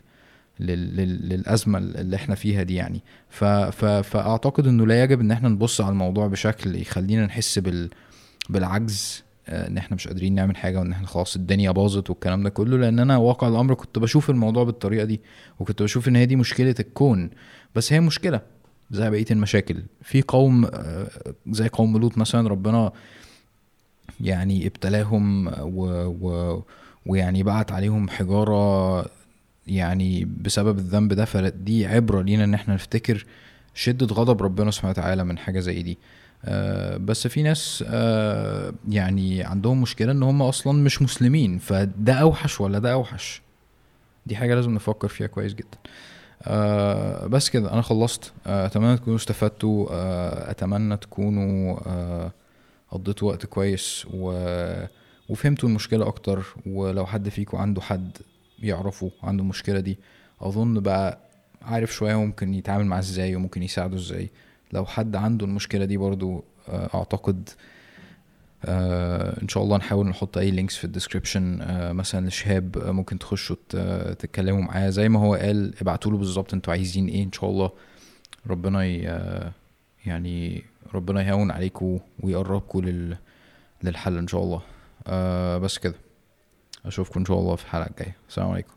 للأزمة اللي احنا فيها دي يعني. فاعتقد انه لا يجب ان احنا نبص على الموضوع بشكل يخلينا نحس بالعجز، ان احنا مش قادرين نعمل حاجة، وان احنا خلاص الدنيا باظت والكلام ده كله. لان انا واقع الامر كنت بشوف الموضوع بالطريقة دي، وكنت بشوف ان هي دي مشكلة الكون. بس هي مشكلة زي بقية المشاكل في قوم، زي قوم لوط مثلا، ربنا يعني ابتلاهم ويعني بعت عليهم حجارة يعني بسبب الذنب ده. فدي عبرة لينا ان احنا نفتكر شدة غضب ربنا سبحانه وتعالى من حاجة زي دي. بس في ناس يعني عندهم مشكلة ان هم اصلا مش مسلمين، فده اوحش ولا ده اوحش؟ دي حاجة لازم نفكر فيها كويس جدا. بس كده انا خلصت. اتمنى تكونوا استفدتوا، اتمنى تكونوا قضيتوا وقت كويس وفهمتوا المشكلة اكتر. ولو حد فيكم عنده حد يعرفوا عنده المشكلة دي، اظن بقى عارف شوية ممكن يتعامل معاه ازاي وممكن يساعده ازاي. لو حد عنده المشكلة دي برضو، اعتقد ان شاء الله نحاول نحط اي لينكس في الديسكريبشن، مثلا لشهاب، ممكن تخشوا تتكلموا معاه زي ما هو قال. ابعتوا له بالظبط انتوا عايزين ايه، ان شاء الله ربنا يعني ربنا يهون عليكم ويقربكم للحل ان شاء الله. بس كده، اشوفكم ان شاء الله في الحلقه الجايه. السلام عليكم.